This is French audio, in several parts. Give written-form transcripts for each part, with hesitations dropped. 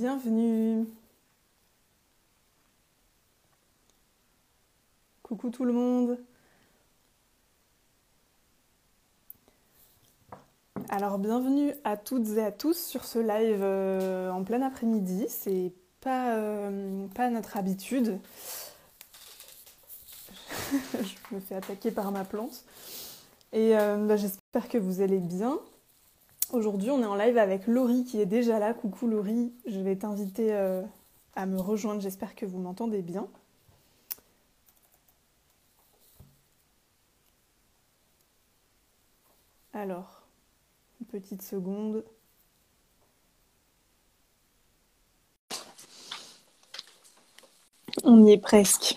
Bienvenue. Coucou tout le monde. Alors bienvenue à toutes et à tous sur ce live en plein après-midi. C'est pas notre habitude. Je me fais attaquer par ma plante. Et j'espère que vous allez bien. Aujourd'hui on est en live avec Laurie qui est déjà là. Coucou Laurie, je vais t'inviter à me rejoindre. J'espère que vous m'entendez bien. Alors, une petite seconde. On y est presque.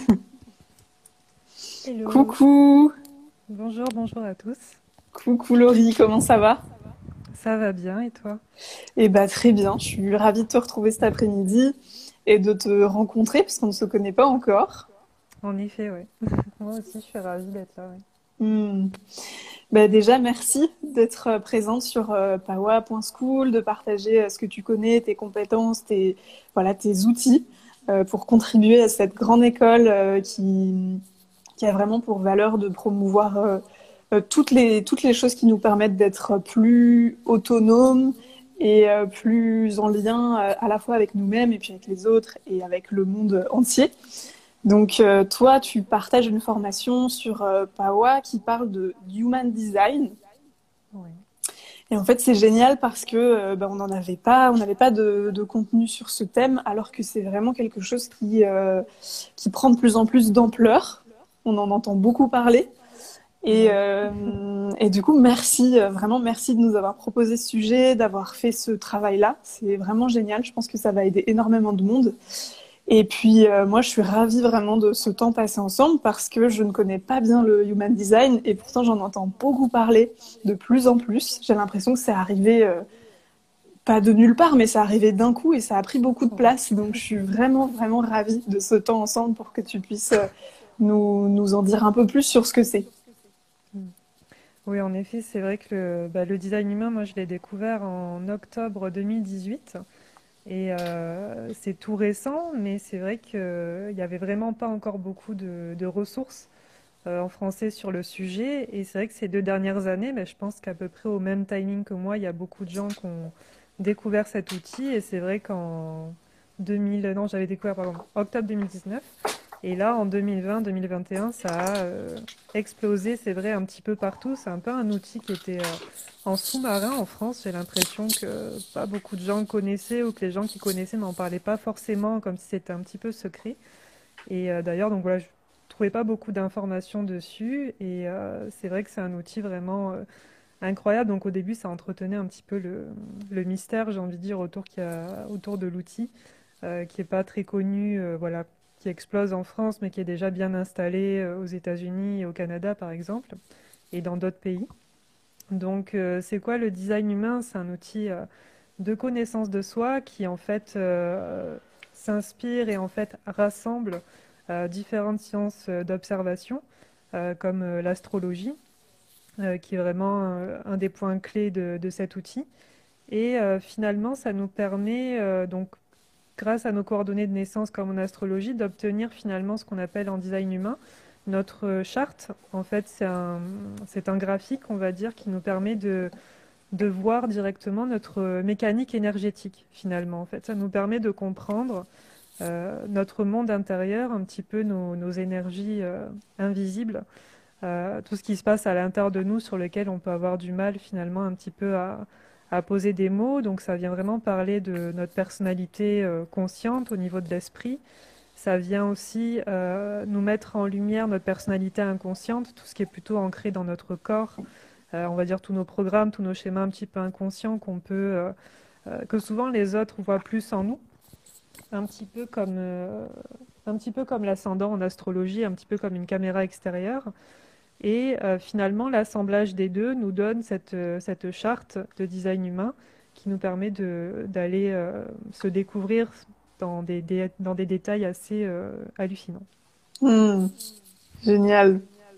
Hello. Coucou. Bonjour à tous. Coucou Laurie, comment ça va? Ça va bien et toi? Eh bah très bien, je suis ravie de te retrouver cet après-midi et de te rencontrer parce qu'on ne se connaît pas encore. En effet, ouais. Moi aussi, je suis ravie d'être là. Ouais. Hmm. Bah déjà, merci d'être présente sur pawa.school, de partager ce que tu connais, tes compétences, tes outils pour contribuer à cette grande école qui a vraiment pour valeur de promouvoir toutes les choses qui nous permettent d'être plus autonomes et plus en lien à la fois avec nous-mêmes et puis avec les autres et avec le monde entier. Donc toi, tu partages une formation sur Pawa qui parle de Human Design. Ouais. Et en fait, c'est génial parce que on n'avait pas de contenu sur ce thème, alors que c'est vraiment quelque chose qui prend de plus en plus d'ampleur. On en entend beaucoup parler. Bah oui. Et du coup, merci, vraiment merci de nous avoir proposé ce sujet, d'avoir fait ce travail-là. C'est vraiment génial. Je pense que ça va aider énormément de monde. Et puis, moi, je suis ravie vraiment de ce temps passé ensemble parce que je ne connais pas bien le Human Design et pourtant j'en entends beaucoup parler de plus en plus. J'ai l'impression que c'est arrivé, pas de nulle part, mais c'est arrivé d'un coup et ça a pris beaucoup de Ouais. place. Donc, je suis vraiment, vraiment ravie de ce temps ensemble pour que tu puisses nous en dire un peu plus sur ce que c'est. Mm. Oui, en effet, c'est vrai que le design humain, moi, je l'ai découvert en octobre 2018. Et c'est tout récent, mais c'est vrai qu'il n'y avait vraiment pas encore beaucoup de ressources en français sur le sujet. Et c'est vrai que ces 2 dernières années, je pense qu'à peu près au même timing que moi, il y a beaucoup de gens qui ont découvert cet outil. Et c'est vrai qu'en 2000, non, j'avais découvert pardon, octobre 2019. Et là, en 2020-2021, ça a explosé, c'est vrai, un petit peu partout. C'est un peu un outil qui était en sous-marin en France. J'ai l'impression que pas beaucoup de gens connaissaient ou que les gens qui connaissaient n'en parlaient pas forcément, comme si c'était un petit peu secret. Et d'ailleurs, donc voilà, je trouvais pas beaucoup d'informations dessus. Et c'est vrai que c'est un outil vraiment incroyable. Donc au début, ça entretenait un petit peu le mystère, j'ai envie de dire, autour de l'outil, qui est pas très connu, voilà, qui explose en France, mais qui est déjà bien installé aux États-Unis et au Canada, par exemple, et dans d'autres pays. Donc c'est quoi le design humain? C'est un outil de connaissance de soi qui en fait s'inspire et en fait rassemble différentes sciences d'observation, comme l'astrologie, qui est vraiment un des points clés de cet outil. Et finalement, ça nous permet, donc, grâce à nos coordonnées de naissance comme en astrologie, d'obtenir finalement ce qu'on appelle en design humain notre charte. En fait, c'est un graphique, on va dire, qui nous permet de voir directement notre mécanique énergétique, finalement. En fait, ça nous permet de comprendre notre monde intérieur, un petit peu nos énergies invisibles, tout ce qui se passe à l'intérieur de nous sur lequel on peut avoir du mal finalement un petit peu à poser des mots. Donc ça vient vraiment parler de notre personnalité consciente au niveau de l'esprit. Ça vient aussi nous mettre en lumière notre personnalité inconsciente, tout ce qui est plutôt ancré dans notre corps. On va dire tous nos programmes, tous nos schémas un petit peu inconscients que souvent les autres voient plus en nous, un petit peu un petit peu comme l'ascendant en astrologie, un petit peu comme une caméra extérieure. Et finalement, l'assemblage des deux nous donne cette charte de design humain qui nous permet d'aller se découvrir dans des détails assez hallucinants. Hmm, génial.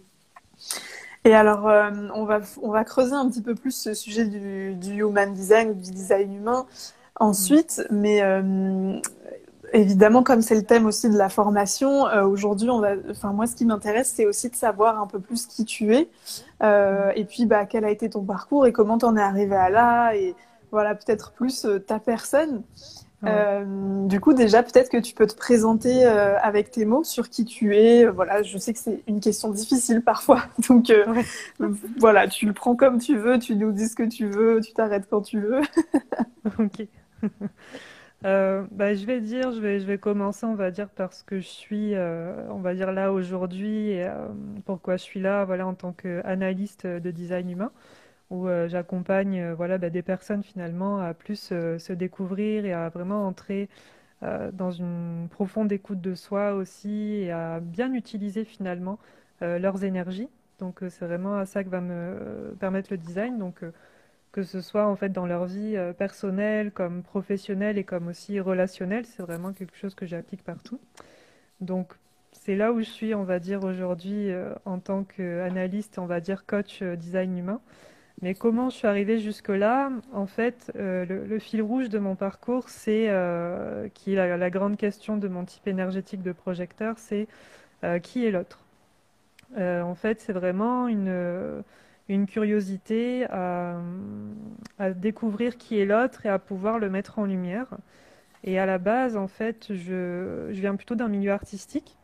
Et alors, on va creuser un petit peu plus ce sujet du human design, du design humain. Mm. ensuite. Mais évidemment, comme c'est le thème aussi de la formation, aujourd'hui, enfin, moi, ce qui m'intéresse, c'est aussi de savoir un peu plus qui tu es, Mm. et puis bah, quel a été ton parcours et comment t'en es arrivé à là, et voilà, peut-être plus ta personne. Ouais. Du coup, déjà, peut-être que tu peux te présenter avec tes mots sur qui tu es. Voilà, je sais que c'est une question difficile parfois, donc Ouais. voilà, tu le prends comme tu veux, tu nous dis ce que tu veux, tu t'arrêtes quand tu veux. Ok. Bah, je vais commencer, on va dire, parce que je suis, on va dire, là aujourd'hui, et pourquoi je suis là, voilà, en tant qu'analyste de design humain, où j'accompagne, voilà, bah, des personnes finalement à plus se découvrir et à vraiment entrer dans une profonde écoute de soi aussi, et à bien utiliser finalement leurs énergies. Donc c'est vraiment à ça que va me permettre le design. Donc que ce soit en fait dans leur vie personnelle, comme professionnelle et comme aussi relationnelle, c'est vraiment quelque chose que j'applique partout. Donc c'est là où je suis, on va dire aujourd'hui en tant qu'analyste, on va dire coach design humain. Mais comment je suis arrivée jusque-là? En fait, le fil rouge de mon parcours, c'est qui est la grande question de mon type énergétique de projecteur, c'est qui est l'autre? En fait, c'est vraiment une curiosité à découvrir qui est l'autre et à pouvoir le mettre en lumière. Et à la base, en fait, je viens plutôt d'un milieu artistique.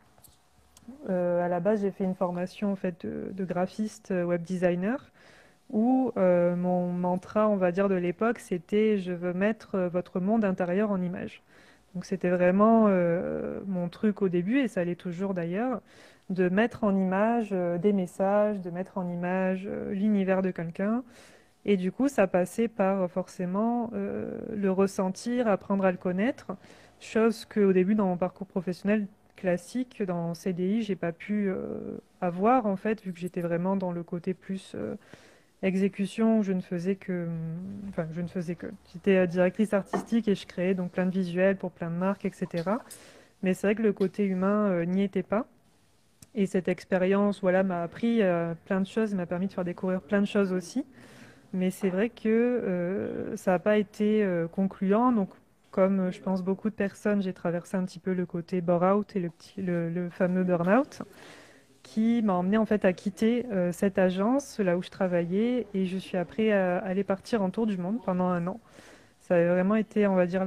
À la base, j'ai fait une formation en fait de graphiste web designer où mon mantra, on va dire, de l'époque, c'était je veux mettre votre monde intérieur en image. Donc c'était vraiment mon truc au début, et ça l'est toujours d'ailleurs, de mettre en image des messages, de mettre en image l'univers de quelqu'un. Et du coup, ça passait par forcément le ressentir, apprendre à le connaître, chose qu'au début, dans mon parcours professionnel classique, dans CDI, j'ai pas pu avoir en fait, vu que j'étais vraiment dans le côté plus exécution, je ne faisais que, enfin, je ne faisais que. J'étais directrice artistique et je créais donc plein de visuels pour plein de marques, etc. Mais c'est vrai que le côté humain n'y était pas. Et cette expérience, voilà, m'a appris plein de choses, m'a permis de faire découvrir plein de choses aussi. Mais c'est vrai que ça n'a pas été concluant. Donc, comme je pense beaucoup de personnes, j'ai traversé un petit peu le côté bore-out et le fameux burn-out qui m'a emmené en fait à quitter cette agence là où je travaillais, et je suis après allée partir en tour du monde pendant un an. Ça a vraiment été, on va dire,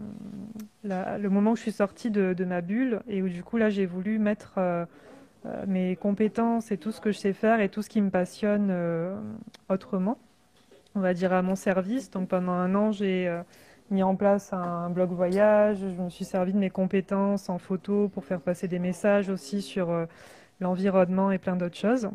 le moment où je suis sortie de ma bulle, et où du coup là j'ai voulu mettre mes compétences et tout ce que je sais faire et tout ce qui me passionne autrement, on va dire, à mon service. Donc pendant un an j'ai mis en place un blog voyage, je me suis servi de mes compétences en photo pour faire passer des messages aussi sur l'environnement et plein d'autres choses.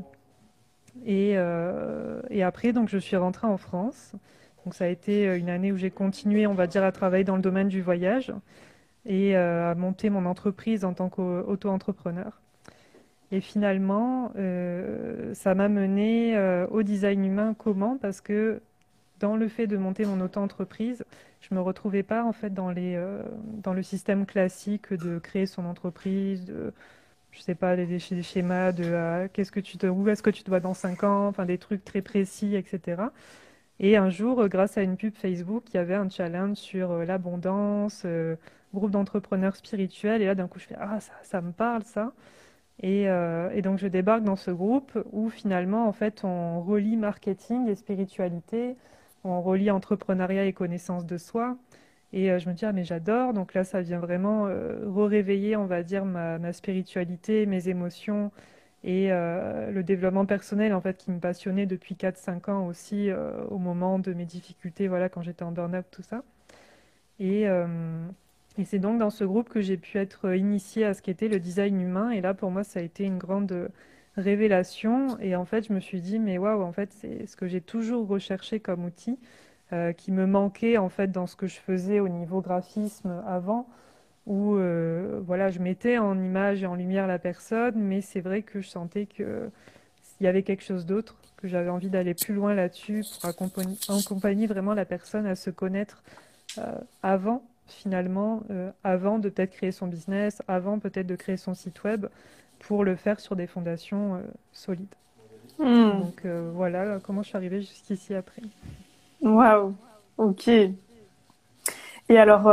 Et après, donc, je suis rentrée en France. Donc, ça a été une année où j'ai continué, on va dire, à travailler dans le domaine du voyage et à monter mon entreprise en tant qu'auto-entrepreneur. Et finalement, ça m'a mené au design humain. Comment? Parce que dans le fait de monter mon auto-entreprise, je me retrouvais pas en fait dans le système classique de créer son entreprise, je sais pas, des schémas de où est-ce que tu te vois dans 5 ans, enfin des trucs très précis, etc. Et un jour, grâce à une pub Facebook, il y avait un challenge sur l'abondance, groupe d'entrepreneurs spirituels. Et là, d'un coup, je fais, ah, ça me parle, ça. Et donc, je débarque dans ce groupe où finalement, en fait, on relie marketing et spiritualité, on relie entrepreneuriat et connaissance de soi. Et je me dis, ah, mais j'adore. Donc là, ça vient vraiment réveiller, on va dire, ma spiritualité, mes émotions et le développement personnel, en fait, qui me passionnait depuis 4 5 ans aussi, au moment de mes difficultés, voilà, quand j'étais en burn-out, tout ça. Et, euh, et c'est donc dans ce groupe que j'ai pu être initiée à ce qu'était le design humain. Et là, pour moi, ça a été une grande révélation. Et en fait, je me suis dit, mais waouh, en fait, c'est ce que j'ai toujours recherché comme outil, qui me manquait en fait dans ce que je faisais au niveau graphisme avant, où voilà, je mettais en image et en lumière la personne, mais c'est vrai que je sentais que il y avait quelque chose d'autre, que j'avais envie d'aller plus loin là-dessus pour accompagner vraiment la personne à se connaître avant, finalement, avant de peut-être créer son business, avant peut-être de créer son site web, pour le faire sur des fondations solides. Hmm. Donc voilà comment je suis arrivée jusqu'ici après. Waouh. Ok. Et alors,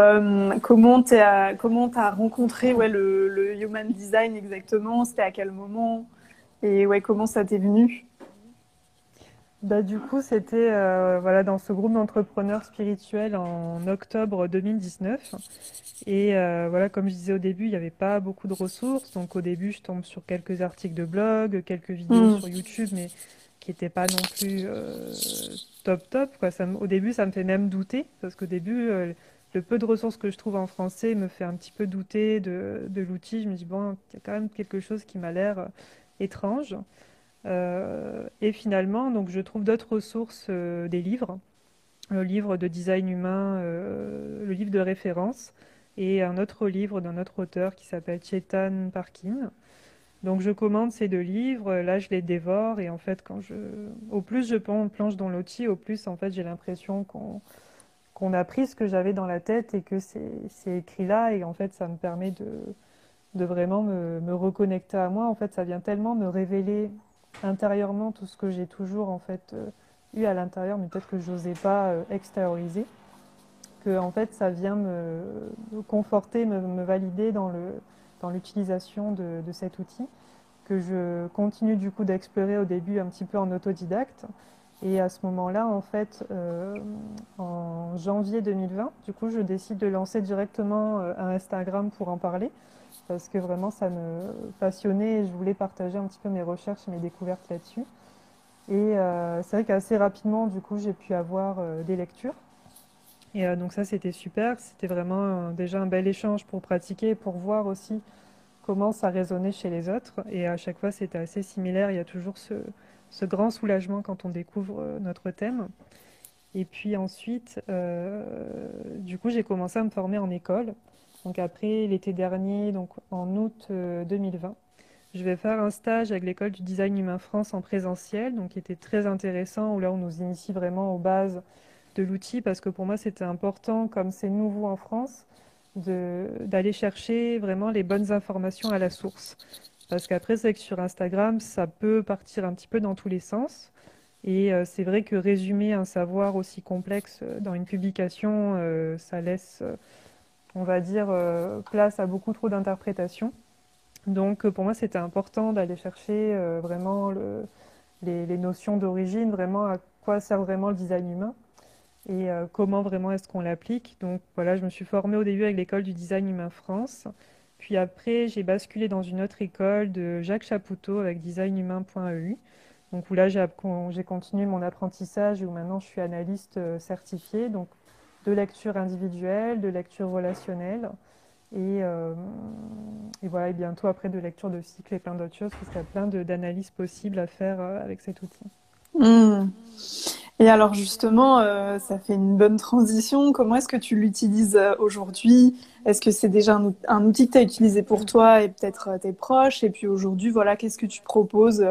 comment t'as rencontré ouais, le Human Design exactement? C'était à quel moment? Et ouais, comment ça t'est venu? Bah, du coup, c'était voilà, dans ce groupe d'entrepreneurs spirituels en octobre 2019. Et voilà, comme je disais au début, il n'y avait pas beaucoup de ressources. Donc au début, je tombe sur quelques articles de blog, quelques vidéos Hmm. sur YouTube, mais qui n'étaient pas non plus top top, quoi. Au début, ça me fait même douter, parce qu'au début, le peu de ressources que je trouve en français me fait un petit peu douter de l'outil. Je me dis, bon, il y a quand même quelque chose qui m'a l'air étrange. Et finalement, donc, je trouve d'autres ressources, des livres, le livre de design humain, le livre de référence, et un autre livre d'un autre auteur qui s'appelle Chetan Parkin. Donc je commande ces deux livres, là je les dévore, et en fait au plus je plonge dans l'outil, au plus en fait j'ai l'impression qu'on a pris ce que j'avais dans la tête et que c'est écrit là, et en fait ça me permet de vraiment me reconnecter à moi. En fait, ça vient tellement me révéler intérieurement tout ce que j'ai toujours en fait eu à l'intérieur, mais peut-être que j'osais pas extérioriser. Que en fait, ça vient me conforter, me valider dans l'utilisation de cet outil que je continue du coup d'explorer au début un petit peu en autodidacte. Et à ce moment-là, en fait, en janvier 2020, du coup, je décide de lancer directement un Instagram pour en parler parce que vraiment ça me passionnait et je voulais partager un petit peu mes recherches et mes découvertes là-dessus. Et c'est vrai qu'assez rapidement, du coup, j'ai pu avoir des lectures. Et donc ça, c'était super. C'était vraiment déjà un bel échange pour pratiquer, pour voir aussi comment ça résonnait chez les autres. Et à chaque fois, c'était assez similaire. Il y a toujours ce grand soulagement quand on découvre notre thème. Et puis ensuite, du coup, j'ai commencé à me former en école. Donc après l'été dernier, donc en août 2020, je vais faire un stage avec l'école du design humain France en présentiel, donc qui était très intéressant, où là on nous initie vraiment aux bases de l'outil, parce que pour moi c'était important, comme c'est nouveau en France, d'aller chercher vraiment les bonnes informations à la source. Parce qu'après, c'est vrai que sur Instagram, ça peut partir un petit peu dans tous les sens. Et c'est vrai que résumer un savoir aussi complexe dans une publication, ça laisse, on va dire, place à beaucoup trop d'interprétations. Donc pour moi, c'était important d'aller chercher vraiment les notions d'origine, vraiment à quoi sert vraiment le design humain et comment vraiment est-ce qu'on l'applique. Donc voilà, je me suis formée au début avec l'école du design humain France. Puis après, j'ai basculé dans une autre école de Jacques Chapoutot avec designhumain.eu. Donc où là, j'ai continué mon apprentissage et où maintenant je suis analyste certifiée. Donc de lecture individuelle, de lecture relationnelle et, euh, et voilà, et bientôt après de lecture de cycle et plein d'autres choses, parce qu'il y a plein d'analyses possibles à faire avec cet outil. Hmm. Et alors justement, ça fait une bonne transition. Comment est-ce que tu l'utilises aujourd'hui? Est-ce que c'est déjà un outil que tu as utilisé pour toi et peut-être tes proches? Et puis aujourd'hui, voilà, qu'est-ce que tu proposes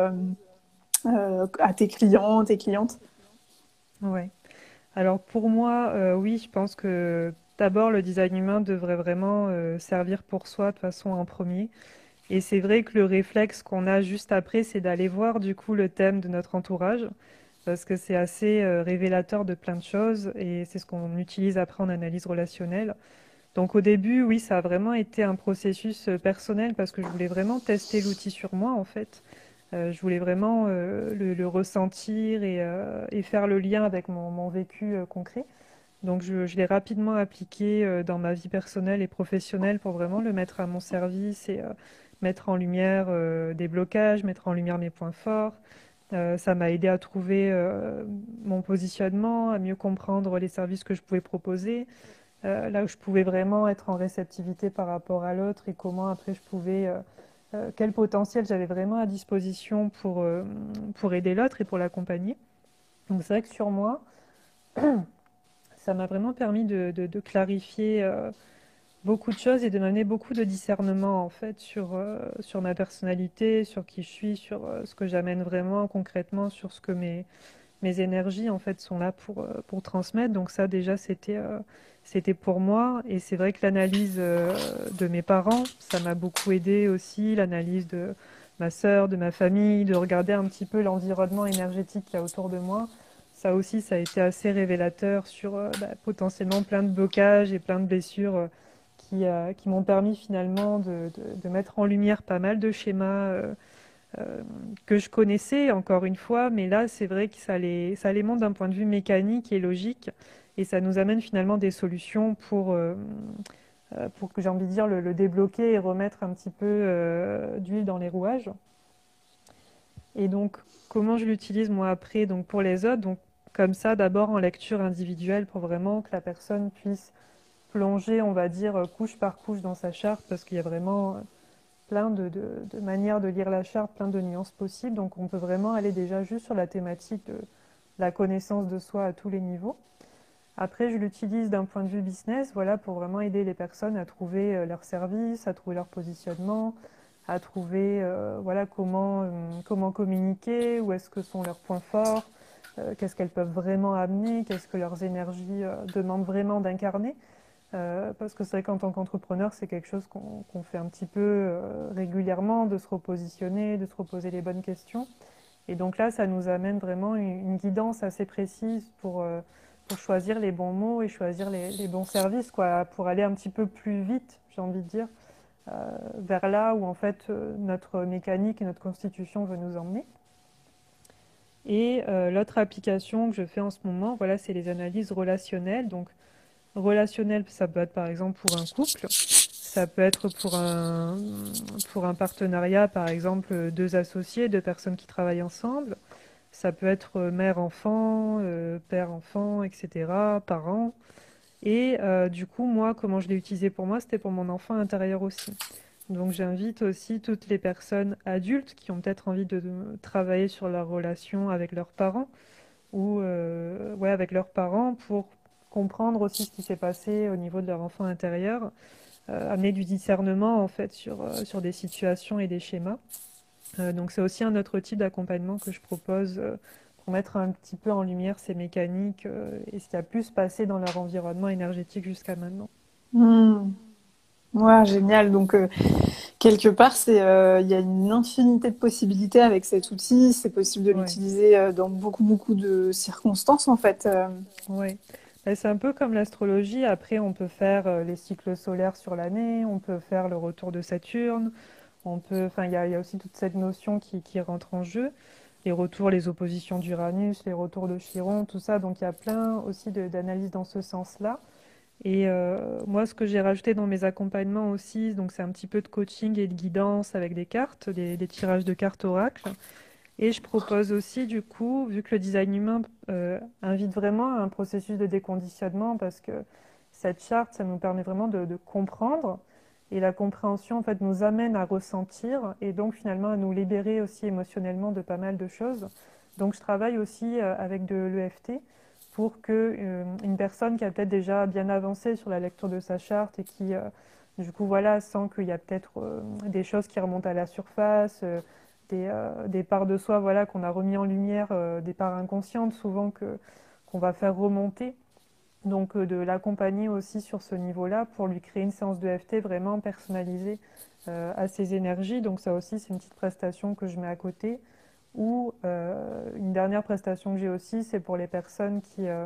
à tes clients, tes clientes? Ouais. Alors pour moi, oui, je pense que d'abord le design humain devrait vraiment servir pour soi de toute façon en premier. Et c'est vrai que le réflexe qu'on a juste après, c'est d'aller voir du coup le thème de notre entourage, parce que c'est assez révélateur de plein de choses et c'est ce qu'on utilise après en analyse relationnelle. Donc au début, oui, ça a vraiment été un processus personnel parce que je voulais vraiment tester l'outil sur moi en fait. Je voulais vraiment le ressentir et faire le lien avec mon vécu concret. Donc je l'ai rapidement appliqué dans ma vie personnelle et professionnelle pour vraiment le mettre à mon service et mettre en lumière des blocages, mettre en lumière mes points forts. Ça m'a aidé à trouver mon positionnement, à mieux comprendre les services que je pouvais proposer, là où je pouvais vraiment être en réceptivité par rapport à l'autre et comment après je pouvais, quel potentiel j'avais vraiment à disposition pour aider l'autre et pour l'accompagner. Donc c'est vrai que sur moi, ça m'a vraiment permis de clarifier beaucoup de choses et de m'amener beaucoup de discernement en fait sur ma personnalité, sur qui je suis, sur ce que j'amène vraiment concrètement, sur ce que mes énergies en fait sont là pour transmettre. Donc ça déjà c'était pour moi et c'est vrai que l'analyse de mes parents, ça m'a beaucoup aidé aussi, l'analyse de ma sœur, de ma famille, de regarder un petit peu l'environnement énergétique qu'il y a autour de moi. ça aussi, ça a été assez révélateur sur potentiellement plein de blocages et plein de blessures qui m'ont permis finalement de mettre en lumière pas mal de schémas que je connaissais, encore une fois, mais là, c'est vrai que ça les montre d'un point de vue mécanique et logique, et ça nous amène finalement des solutions pour que j'ai envie de dire le débloquer et remettre un petit peu d'huile dans les rouages. Et donc, comment je l'utilise moi après donc pour les autres, donc comme ça, d'abord en lecture individuelle pour vraiment que la personne puisse plonger, on va dire, couche par couche dans sa charte, parce qu'il y a vraiment plein de manières de lire la charte, plein de nuances possibles. Donc on peut vraiment aller déjà juste sur la thématique de la connaissance de soi à tous les niveaux. Après, je l'utilise d'un point de vue business, voilà, pour vraiment aider les personnes à trouver leur service, à trouver leur positionnement, à trouver voilà, comment communiquer, où est-ce que sont leurs points forts, qu'est-ce qu'elles peuvent vraiment amener, qu'est-ce que leurs énergies demandent vraiment d'incarner. Parce que c'est vrai qu'en tant qu'entrepreneur, c'est quelque chose qu'on fait un petit peu régulièrement, de se repositionner, de se reposer les bonnes questions. Et donc là, ça nous amène vraiment une guidance assez précise pour choisir les bons mots et choisir les bons services, quoi, pour aller un petit peu plus vite, j'ai envie de dire, vers là où en fait notre mécanique et notre constitution veut nous emmener. Et l'autre application que je fais en ce moment, voilà, c'est les analyses relationnelles. Donc relationnel, ça peut être par exemple pour un couple, ça peut être pour un partenariat, par exemple deux associés, deux personnes qui travaillent ensemble, ça peut être mère-enfant, père-enfant, etc., parents. Et du coup, moi, comment je l'ai utilisé pour moi, c'était pour mon enfant intérieur aussi. Donc j'invite aussi toutes les personnes adultes qui ont peut-être envie de travailler sur leur relation avec leurs parents ou ouais, avec leurs parents pour comprendre aussi ce qui s'est passé au niveau de leur enfant intérieur, amener du discernement en fait sur des situations et des schémas. Donc c'est aussi un autre type d'accompagnement que je propose pour mettre un petit peu en lumière ces mécaniques et ce qui a pu se passer dans leur environnement énergétique jusqu'à maintenant. Hmm. Ouais, génial. Donc, quelque part, il y a une infinité de possibilités avec cet outil. C'est possible de Ouais, l'utiliser dans beaucoup, beaucoup de circonstances, en fait. ouais. C'est un peu comme l'astrologie. Après, on peut faire les cycles solaires sur l'année, on peut faire le retour de Saturne, enfin, il y a aussi toute cette notion qui rentre en jeu. Les retours, les oppositions d'Uranus, les retours de Chiron, tout ça. Donc il y a plein aussi d'analyses dans ce sens-là. Et moi, ce que j'ai rajouté dans mes accompagnements aussi, donc c'est un petit peu de coaching et de guidance avec des cartes, des tirages de cartes oracle. Et je propose aussi, du coup, vu que le design humain invite vraiment à un processus de déconditionnement, parce que cette charte, ça nous permet vraiment de comprendre. Et la compréhension, en fait, nous amène à ressentir et donc finalement à nous libérer aussi émotionnellement de pas mal de choses. Donc je travaille aussi avec de l'EFT pour que une personne qui a peut-être déjà bien avancé sur la lecture de sa charte et qui, du coup, voilà, sent qu'il y a peut-être des choses qui remontent à la surface, des parts de soi, voilà, qu'on a remis en lumière, des parts inconscientes souvent qu'on va faire remonter. Donc de l'accompagner aussi sur ce niveau-là pour lui créer une séance de FT vraiment personnalisée à ses énergies. Donc ça aussi, c'est une petite prestation que je mets à côté. Ou une dernière prestation que j'ai aussi, c'est pour les personnes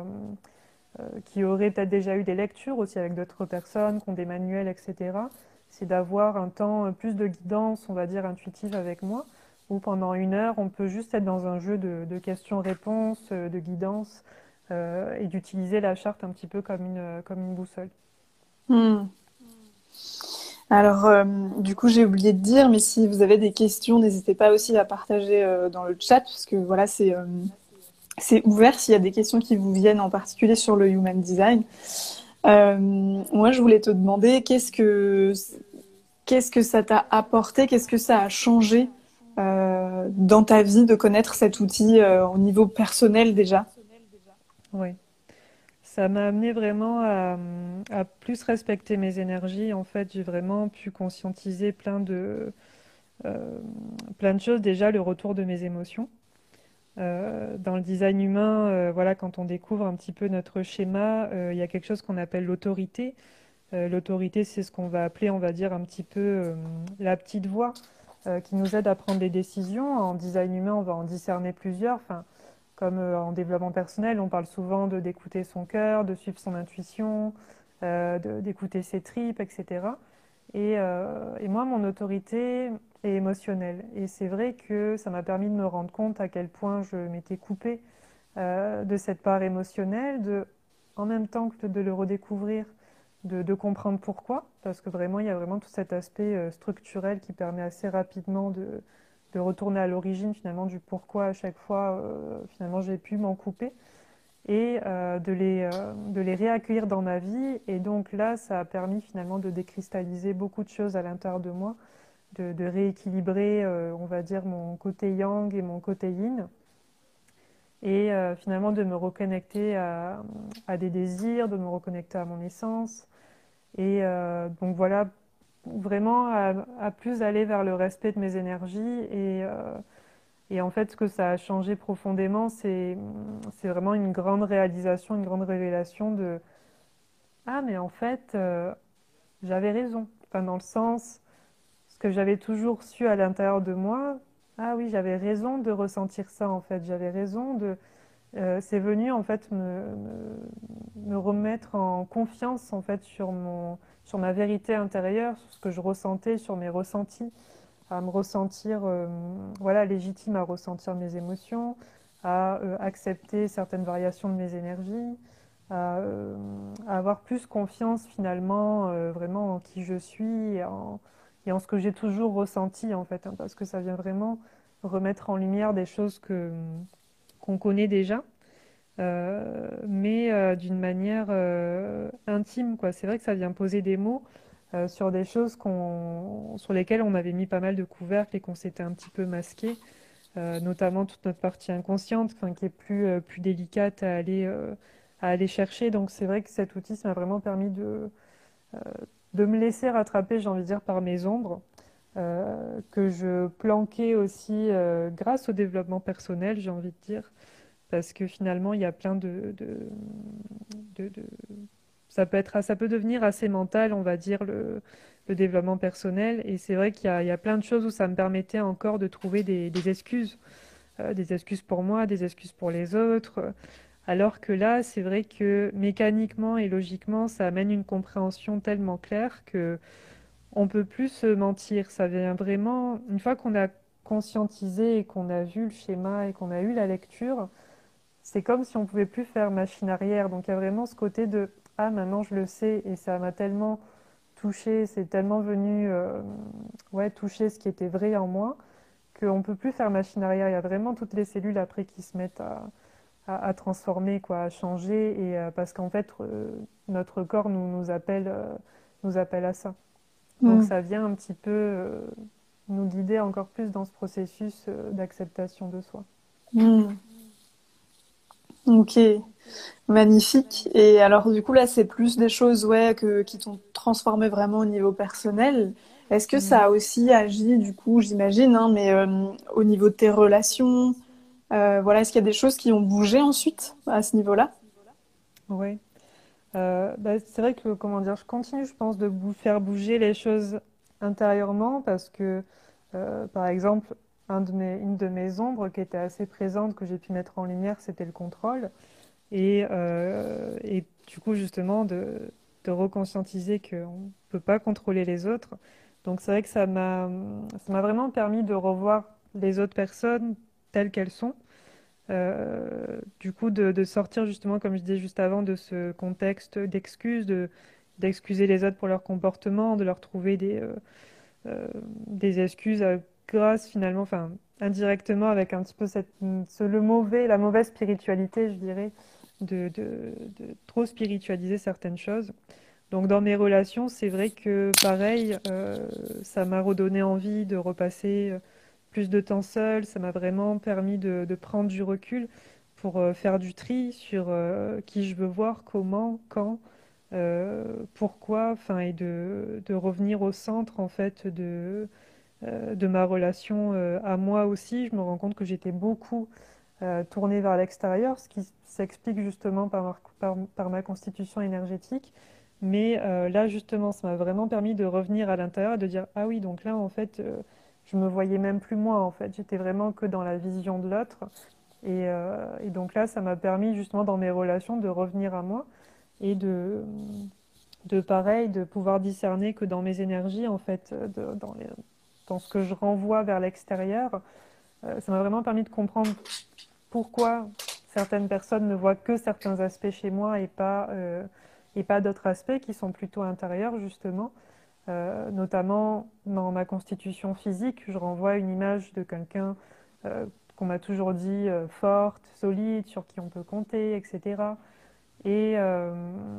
qui auraient peut-être déjà eu des lectures aussi avec d'autres personnes, qui ont des manuels, etc. C'est d'avoir un temps plus de guidance, on va dire, intuitive avec moi, où pendant 1 heure, on peut juste être dans un jeu de questions-réponses, de guidance, et d'utiliser la charte un petit peu comme une boussole. Hmm. Alors, du coup, j'ai oublié de dire, mais si vous avez des questions, n'hésitez pas aussi à partager dans le chat, parce que voilà, c'est ouvert s'il y a des questions qui vous viennent en particulier sur le human design. Moi, je voulais te demander qu'est-ce que ça t'a apporté, qu'est-ce que ça a changé dans ta vie de connaître cet outil au niveau personnel déjà. Oui. Ça m'a amené vraiment à plus respecter mes énergies. En fait, j'ai vraiment pu conscientiser euh, plein de choses. Déjà, le retour de mes émotions. Dans le design humain, voilà, quand on découvre un petit peu notre schéma, il y a quelque chose qu'on appelle l'autorité. L'autorité, c'est ce qu'on va appeler, on va dire, un petit peu la petite voix qui nous aide à prendre des décisions. En design humain, on va en discerner plusieurs. Enfin, comme en développement personnel, on parle souvent d'écouter son cœur, de suivre son intuition, d'écouter ses tripes, etc. Et moi, mon autorité est émotionnelle. Et c'est vrai que ça m'a permis de me rendre compte à quel point je m'étais coupée de cette part émotionnelle, en même temps que de le redécouvrir, de comprendre pourquoi, parce que vraiment, il y a vraiment tout cet aspect structurel qui permet assez rapidement de retourner à l'origine finalement du pourquoi à chaque fois finalement j'ai pu m'en couper et de les réaccueillir dans ma vie. Et donc là, ça a permis finalement de décristalliser beaucoup de choses à l'intérieur de moi, de rééquilibrer, on va dire, mon côté yang et mon côté yin et finalement de me reconnecter à des désirs, de me reconnecter à mon essence. Et donc voilà, vraiment à plus aller vers le respect de mes énergies. Et en fait, ce que ça a changé profondément, c'est vraiment une grande réalisation, une grande révélation de ah, mais en fait, j'avais raison. Enfin, dans le sens, ce que j'avais toujours su à l'intérieur de moi, ah oui, j'avais raison de ressentir ça en fait. J'avais raison de c'est venu en fait me remettre en confiance en fait sur ma vérité intérieure, sur ce que je ressentais, sur mes ressentis, à me ressentir voilà légitime à ressentir mes émotions, à accepter certaines variations de mes énergies, à, euh, à avoir plus confiance finalement vraiment en qui je suis et en ce que j'ai toujours ressenti en fait, hein, parce que ça vient vraiment remettre en lumière des choses qu'on connaît déjà mais d'une manière intime, quoi. C'est vrai que ça vient poser des mots sur des choses sur lesquelles on avait mis pas mal de couvercles et qu'on s'était un petit peu masqué, notamment toute notre partie inconsciente, enfin, qui est plus délicate à aller chercher. Donc c'est vrai que cet outil, ça m'a vraiment permis de me laisser rattraper, j'ai envie de dire, par mes ombres. Que je planquais aussi grâce au développement personnel, j'ai envie de dire, parce que finalement, il y a plein de- ça peut devenir assez mental, on va dire, le développement personnel. Et c'est vrai il y a plein de choses où ça me permettait encore de trouver des excuses pour moi, des excuses pour les autres. Alors que là, c'est vrai que mécaniquement et logiquement, ça amène une compréhension tellement claire que on peut plus se mentir. Ça vient vraiment, une fois qu'on a conscientisé et qu'on a vu le schéma et qu'on a eu la lecture, c'est comme si on pouvait plus faire machine arrière. Donc il y a vraiment ce côté de ah maintenant je le sais et ça m'a tellement touché, c'est tellement venu ouais toucher ce qui était vrai en moi qu'on peut plus faire machine arrière. Il y a vraiment toutes les cellules après qui se mettent à transformer quoi, à changer et parce qu'en fait notre corps nous appelle à ça. Donc Mm. ça vient un petit peu nous guider encore plus dans ce processus d'acceptation de soi. Mm. Ok, magnifique. Et alors du coup là, c'est plus des choses ouais qui t'ont transformé vraiment au niveau personnel. Est-ce que ça Mhm. a aussi agi du coup, j'imagine, hein, mais au niveau de tes relations, voilà, est-ce qu'il y a des choses qui ont bougé ensuite à ce niveau-là? Oui. Bah, c'est vrai que, comment dire, je continue, je pense, faire bouger les choses intérieurement parce que, par exemple, une de mes ombres qui était assez présente, que j'ai pu mettre en lumière, c'était le contrôle. Et du coup, justement, de reconscientiser qu'on ne peut pas contrôler les autres. Donc, c'est vrai que ça m'a vraiment permis de revoir les autres personnes telles qu'elles sont du coup, de sortir justement, comme je disais juste avant, de ce contexte d'excuses, d'excuser les autres pour leur comportement, de leur trouver euh, des excuses grâce finalement, enfin indirectement avec un petit peu la mauvaise spiritualité, je dirais, de trop spiritualiser certaines choses. Donc dans mes relations, c'est vrai que pareil, ça m'a redonné envie de repasser plus de temps seul. Ça m'a vraiment permis de prendre du recul pour faire du tri sur qui je veux voir, comment, quand, pourquoi, enfin, et de revenir au centre en fait de ma relation à moi aussi. Je me rends compte que j'étais beaucoup tournée vers l'extérieur, ce qui s'explique justement par ma constitution énergétique. Mais là, justement, ça m'a vraiment permis de revenir à l'intérieur et de dire, ah oui, donc là, en fait, je me voyais même plus moi, en fait. J'étais vraiment que dans la vision de l'autre. Et donc là, ça m'a permis justement dans mes relations de revenir à moi et de pareil, de pouvoir discerner que dans mes énergies, en fait, dans ce que je renvoie vers l'extérieur, ça m'a vraiment permis de comprendre pourquoi certaines personnes ne voient que certains aspects chez moi et pas d'autres aspects qui sont plutôt intérieurs, justement. Notamment dans ma constitution physique, je renvoie une image de quelqu'un euh, qu'on m'a toujours dit forte, solide, sur qui on peut compter, etc. Et, euh,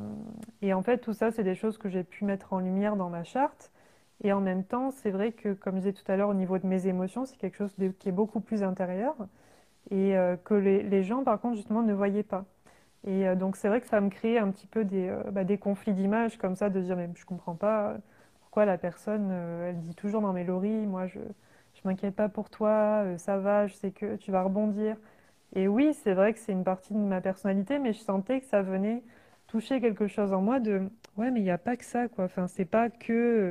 et en fait, tout ça, c'est des choses que j'ai pu mettre en lumière dans ma charte. Et en même temps, c'est vrai que, comme je disais tout à l'heure, au niveau de mes émotions, c'est quelque chose qui est beaucoup plus intérieur et que les gens, par contre, justement, ne voyaient pas. Et donc, c'est vrai que ça me crée un petit peu des conflits d'images comme ça, de dire, mais je comprends pas pourquoi la personne, elle dit toujours, non mais Laurie, moi, je m'inquiète pas pour toi, ça va, je sais que tu vas rebondir. Et oui, c'est vrai que c'est une partie de ma personnalité, mais je sentais que ça venait toucher quelque chose en moi de, ouais, mais il n'y a pas que ça, quoi. Enfin, c'est pas que,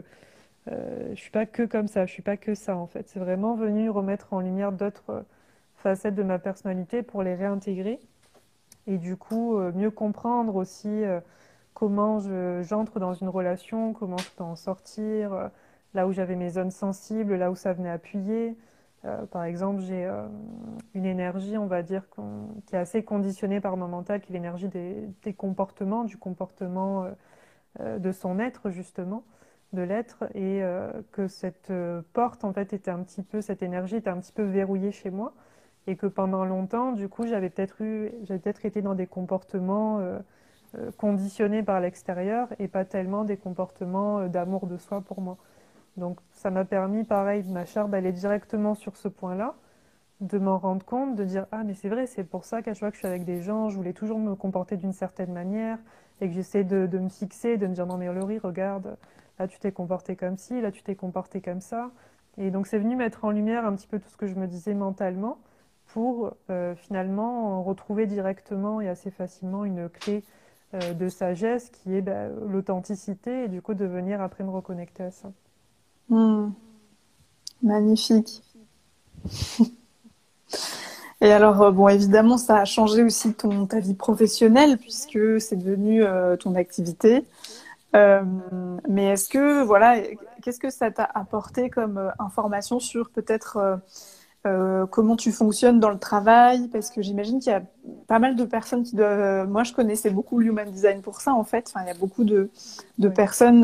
je suis pas que comme ça, je suis pas que ça, en fait. C'est vraiment venu remettre en lumière d'autres facettes de ma personnalité pour les réintégrer et du coup mieux comprendre aussi comment j'entre dans une relation, comment je peux en sortir, là où j'avais mes zones sensibles, là où ça venait appuyer. Par exemple, j'ai une énergie, on va dire, qui est assez conditionnée par mon mental, qui est l'énergie des comportements, du comportement de son être, justement, de l'être, et que cette porte, en fait, était un petit peu, cette énergie était un petit peu verrouillée chez moi et que pendant longtemps, du coup, j'avais peut-être été dans des comportements conditionnés par l'extérieur et pas tellement des comportements d'amour de soi pour moi. Donc, ça m'a permis, pareil, de ma charte d'aller directement sur ce point-là, de m'en rendre compte, de dire ah mais c'est vrai, c'est pour ça qu'à chaque fois que je suis avec des gens, je voulais toujours me comporter d'une certaine manière et que j'essaie de me fixer, de me dire non mais Laurie, regarde, là tu t'es comporté comme ci, là tu t'es comporté comme ça. Et donc c'est venu mettre en lumière un petit peu tout ce que je me disais mentalement pour finalement retrouver directement et assez facilement une clé de sagesse qui est l'authenticité et du coup de venir après me reconnecter à ça. Hmm, magnifique. Et alors, bon, évidemment, ça a changé aussi ta vie professionnelle puisque c'est devenu ton activité. Euh, mais est-ce que, voilà, qu'est-ce que ça t'a apporté comme information sur peut-être comment tu fonctionnes dans le travail? Parce que j'imagine qu'il y a pas mal de personnes qui doivent. Moi, je connaissais beaucoup le Human Design pour ça, en fait. Enfin, il y a beaucoup de Oui, personnes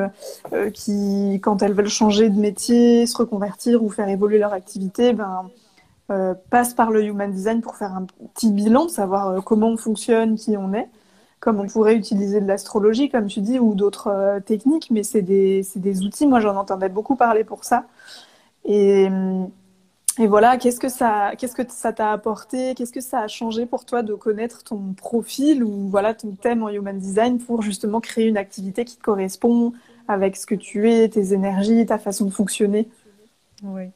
qui, quand elles veulent changer de métier, se reconvertir ou faire évoluer leur activité, ben, passent par le Human Design pour faire un petit bilan, savoir comment on fonctionne, qui on est. Comme on oui. pourrait utiliser de l'astrologie, comme tu dis, ou d'autres techniques, mais c'est des outils. Moi, j'en entendais beaucoup parler pour ça. Et, et voilà, qu'est-ce que ça t'a apporté? Qu'est-ce que ça a changé pour toi de connaître ton profil ou voilà ton thème en Human Design pour justement créer une activité qui te correspond avec ce que tu es, tes énergies, ta façon de fonctionner? Oui.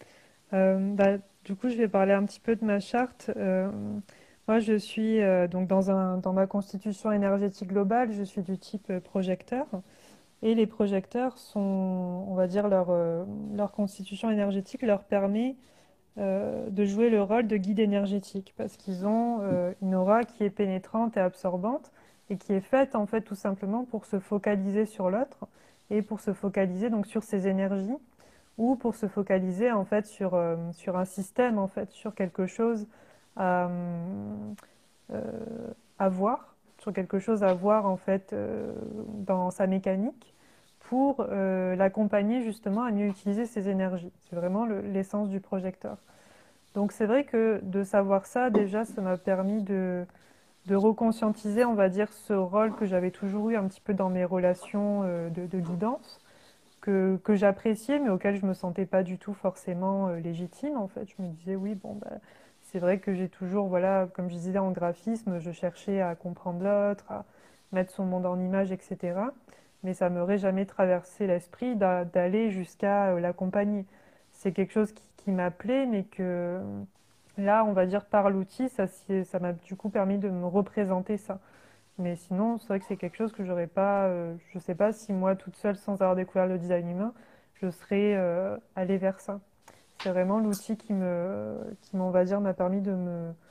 Du coup, je vais parler un petit peu de ma charte. Moi, je suis donc dans ma constitution énergétique globale, je suis du type projecteur. Et les projecteurs sont, on va dire, leur constitution énergétique leur permet de jouer le rôle de guide énergétique parce qu'ils ont une aura qui est pénétrante et absorbante et qui est faite en fait tout simplement pour se focaliser sur l'autre et pour se focaliser donc sur ses énergies ou pour se focaliser en fait sur un système en fait sur quelque chose à, euh, à voir sur quelque chose à voir en fait dans sa mécanique pour l'accompagner justement à mieux utiliser ses énergies. C'est vraiment l'essence du projecteur. Donc c'est vrai que de savoir ça, déjà, ça m'a permis de reconscientiser, on va dire, ce rôle que j'avais toujours eu un petit peu dans mes relations de guidance, que j'appréciais, mais auquel je me sentais pas du tout forcément légitime, en fait. Je me disais, oui, bon, bah, c'est vrai que j'ai toujours, voilà, comme je disais en graphisme, je cherchais à comprendre l'autre, à mettre son monde en image, etc. Mais ça m'aurait jamais traversé l'esprit d'aller jusqu'à l'accompagner. C'est quelque chose qui m'appelait, mais que là, on va dire par l'outil, ça m'a du coup permis de me représenter ça. Mais sinon, c'est vrai que c'est quelque chose que j'aurais pas. Je sais pas si moi, toute seule, sans avoir découvert le design humain, je serais allée vers ça. C'est vraiment l'outil on va dire, m'a permis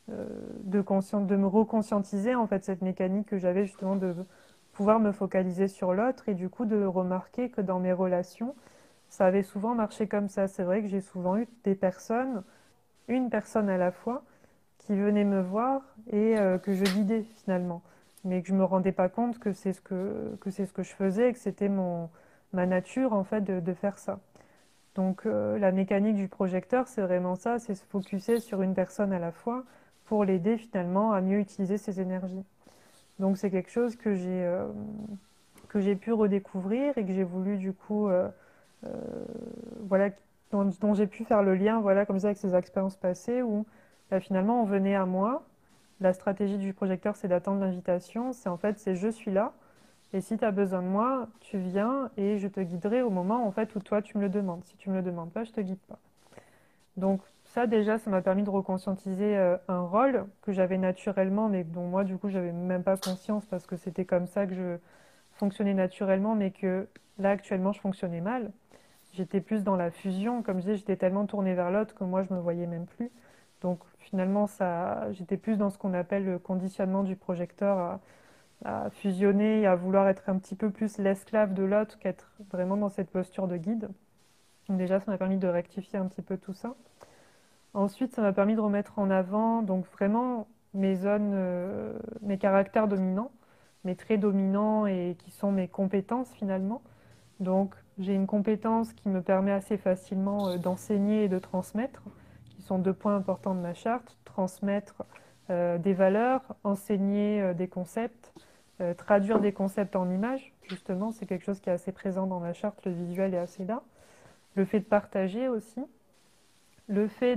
de me reconscientiser en fait cette mécanique que j'avais justement de pouvoir me focaliser sur l'autre et du coup de remarquer que dans mes relations, ça avait souvent marché comme ça. C'est vrai que j'ai souvent eu des personnes, une personne à la fois, qui venait me voir et que je guidais finalement. Mais que je me rendais pas compte que c'est ce que je faisais et que c'était ma nature en fait de faire ça. Donc la mécanique du projecteur, c'est vraiment ça, c'est se focuser sur une personne à la fois pour l'aider finalement à mieux utiliser ses énergies. Donc c'est quelque chose que j'ai pu redécouvrir et que j'ai voulu du coup, euh, voilà, dont j'ai pu faire le lien, voilà, comme ça avec ces expériences passées où bah, finalement on venait à moi. La stratégie du projecteur, c'est d'attendre l'invitation. C'est en fait, c'est je suis là. Et si tu as besoin de moi, tu viens et je te guiderai au moment en fait où toi tu me le demandes. Si tu me le demandes pas, je te guide pas. Donc ça déjà, ça m'a permis de reconscientiser un rôle que j'avais naturellement, mais dont moi du coup j'avais même pas conscience parce que c'était comme ça que je fonctionnais naturellement, mais que là actuellement je fonctionnais mal. J'étais plus dans la fusion, comme je disais, j'étais tellement tournée vers l'autre que moi je me voyais même plus. Donc finalement, j'étais plus dans ce qu'on appelle le conditionnement du projecteur à fusionner et à vouloir être un petit peu plus l'esclave de l'autre qu'être vraiment dans cette posture de guide. Donc déjà, ça m'a permis de rectifier un petit peu tout ça. Ensuite, ça m'a permis de remettre en avant donc vraiment mes zones, mes caractères dominants, mes traits dominants et qui sont mes compétences finalement. Donc j'ai une compétence qui me permet assez facilement d'enseigner et de transmettre, qui sont deux points importants de ma charte. Transmettre des valeurs, enseigner des concepts, traduire des concepts en images, justement, c'est quelque chose qui est assez présent dans ma charte, le visuel est assez là. Le fait de partager aussi, le fait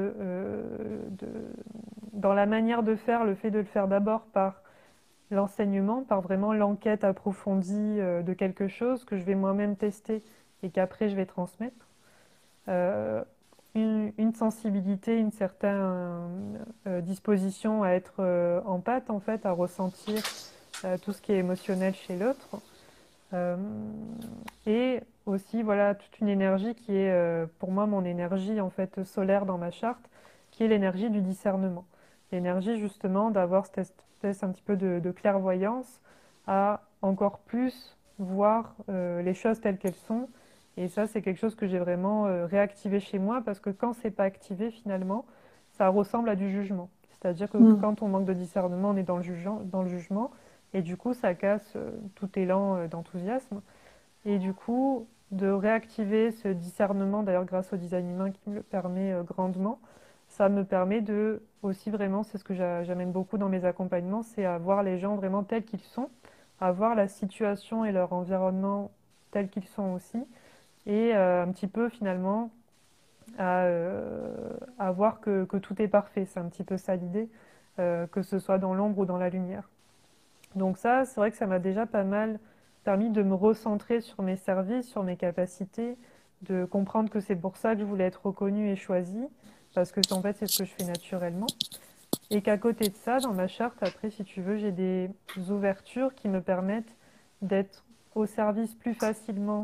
dans la manière de faire, le fait de le faire d'abord par l'enseignement, par vraiment l'enquête approfondie de quelque chose que je vais moi-même tester et qu'après je vais transmettre. Euh, une sensibilité, une certaine disposition à être en pâte, en fait, à ressentir tout ce qui est émotionnel chez l'autre. Euh, et aussi, voilà, toute une énergie qui est, pour moi, mon énergie, en fait, solaire dans ma charte, qui est l'énergie du discernement. L'énergie, justement, d'avoir cette espèce un petit peu de clairvoyance à encore plus voir les choses telles qu'elles sont. Et ça, c'est quelque chose que j'ai vraiment réactivé chez moi parce que quand c'est pas activé, finalement, ça ressemble à du jugement. C'est-à-dire que Mm. quand on manque de discernement, on est dans le jugement. Et du coup, ça casse tout élan d'enthousiasme. Et du coup, de réactiver ce discernement, d'ailleurs grâce au design humain qui me le permet grandement, ça me permet de aussi vraiment, c'est ce que j'amène beaucoup dans mes accompagnements, c'est à voir les gens vraiment tels qu'ils sont, à voir la situation et leur environnement tels qu'ils sont aussi, et un petit peu finalement à voir que tout est parfait. C'est un petit peu ça l'idée, que ce soit dans l'ombre ou dans la lumière. Donc ça, c'est vrai que ça m'a déjà pas mal permis de me recentrer sur mes services, sur mes capacités, de comprendre que c'est pour ça que je voulais être reconnue et choisie, parce que en fait c'est ce que je fais naturellement. Et qu'à côté de ça, dans ma charte, après, si tu veux, j'ai des ouvertures qui me permettent d'être au service plus facilement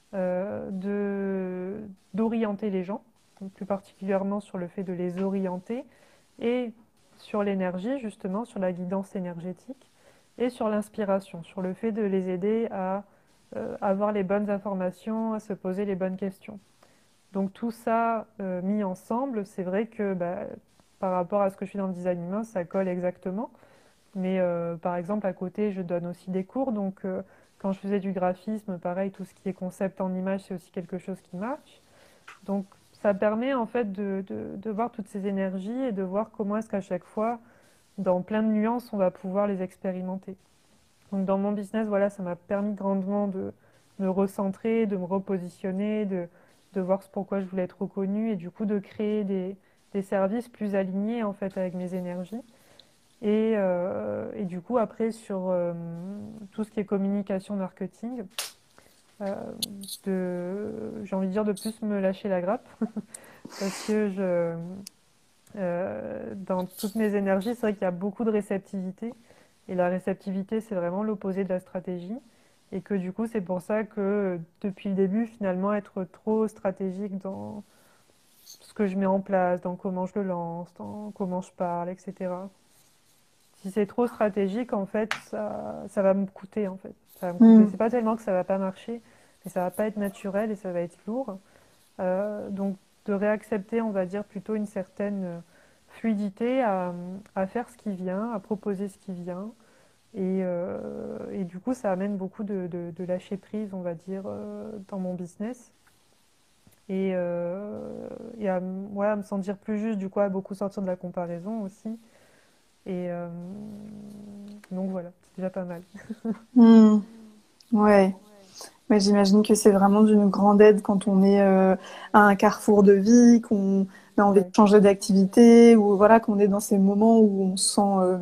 d'orienter les gens, donc plus particulièrement sur le fait de les orienter, et sur l'énergie, justement, sur la guidance énergétique, et sur l'inspiration, sur le fait de les aider à avoir les bonnes informations, à se poser les bonnes questions. Donc tout ça mis ensemble, c'est vrai que bah, par rapport à ce que je fais dans le design humain, ça colle exactement. Mais par exemple, à côté, je donne aussi des cours. Donc, quand je faisais du graphisme, pareil, tout ce qui est concept en image, c'est aussi quelque chose qui marche. Donc, ça permet en fait de voir toutes ces énergies et de voir comment est-ce qu'à chaque fois, dans plein de nuances, on va pouvoir les expérimenter. Donc, dans mon business, voilà, ça m'a permis grandement de me recentrer, de me repositionner, de voir ce pourquoi je voulais être reconnue et du coup de créer des services plus alignés en fait avec mes énergies. Et du coup, après, sur tout ce qui est communication, marketing, j'ai envie de dire de plus me lâcher la grappe parce que dans toutes mes énergies, c'est vrai qu'il y a beaucoup de réceptivité. Et la réceptivité, c'est vraiment l'opposé de la stratégie. Et que du coup, c'est pour ça que depuis le début, finalement, être trop stratégique ce que je mets en place, dans comment je le lance, dans comment je parle, etc. Si c'est trop stratégique, en fait, ça va me coûter, en fait. Ça va me coûter. Hmm. C'est pas tellement que ça va pas marcher, mais ça va pas être naturel et ça va être lourd. Donc, de réaccepter, on va dire, plutôt une certaine fluidité à faire ce qui vient, à proposer ce qui vient. Et du coup, ça amène beaucoup de lâcher prise, on va dire, dans mon business. Et ouais, à me sentir plus juste, du coup, à beaucoup sortir de la comparaison aussi. Et donc voilà, c'est déjà pas mal. Hmm. Ouais. Mais j'imagine que c'est vraiment d'une grande aide quand on est à un carrefour de vie, qu'on a envie de Ouais, changer d'activité, ou voilà, qu'on est dans ces moments où on se sent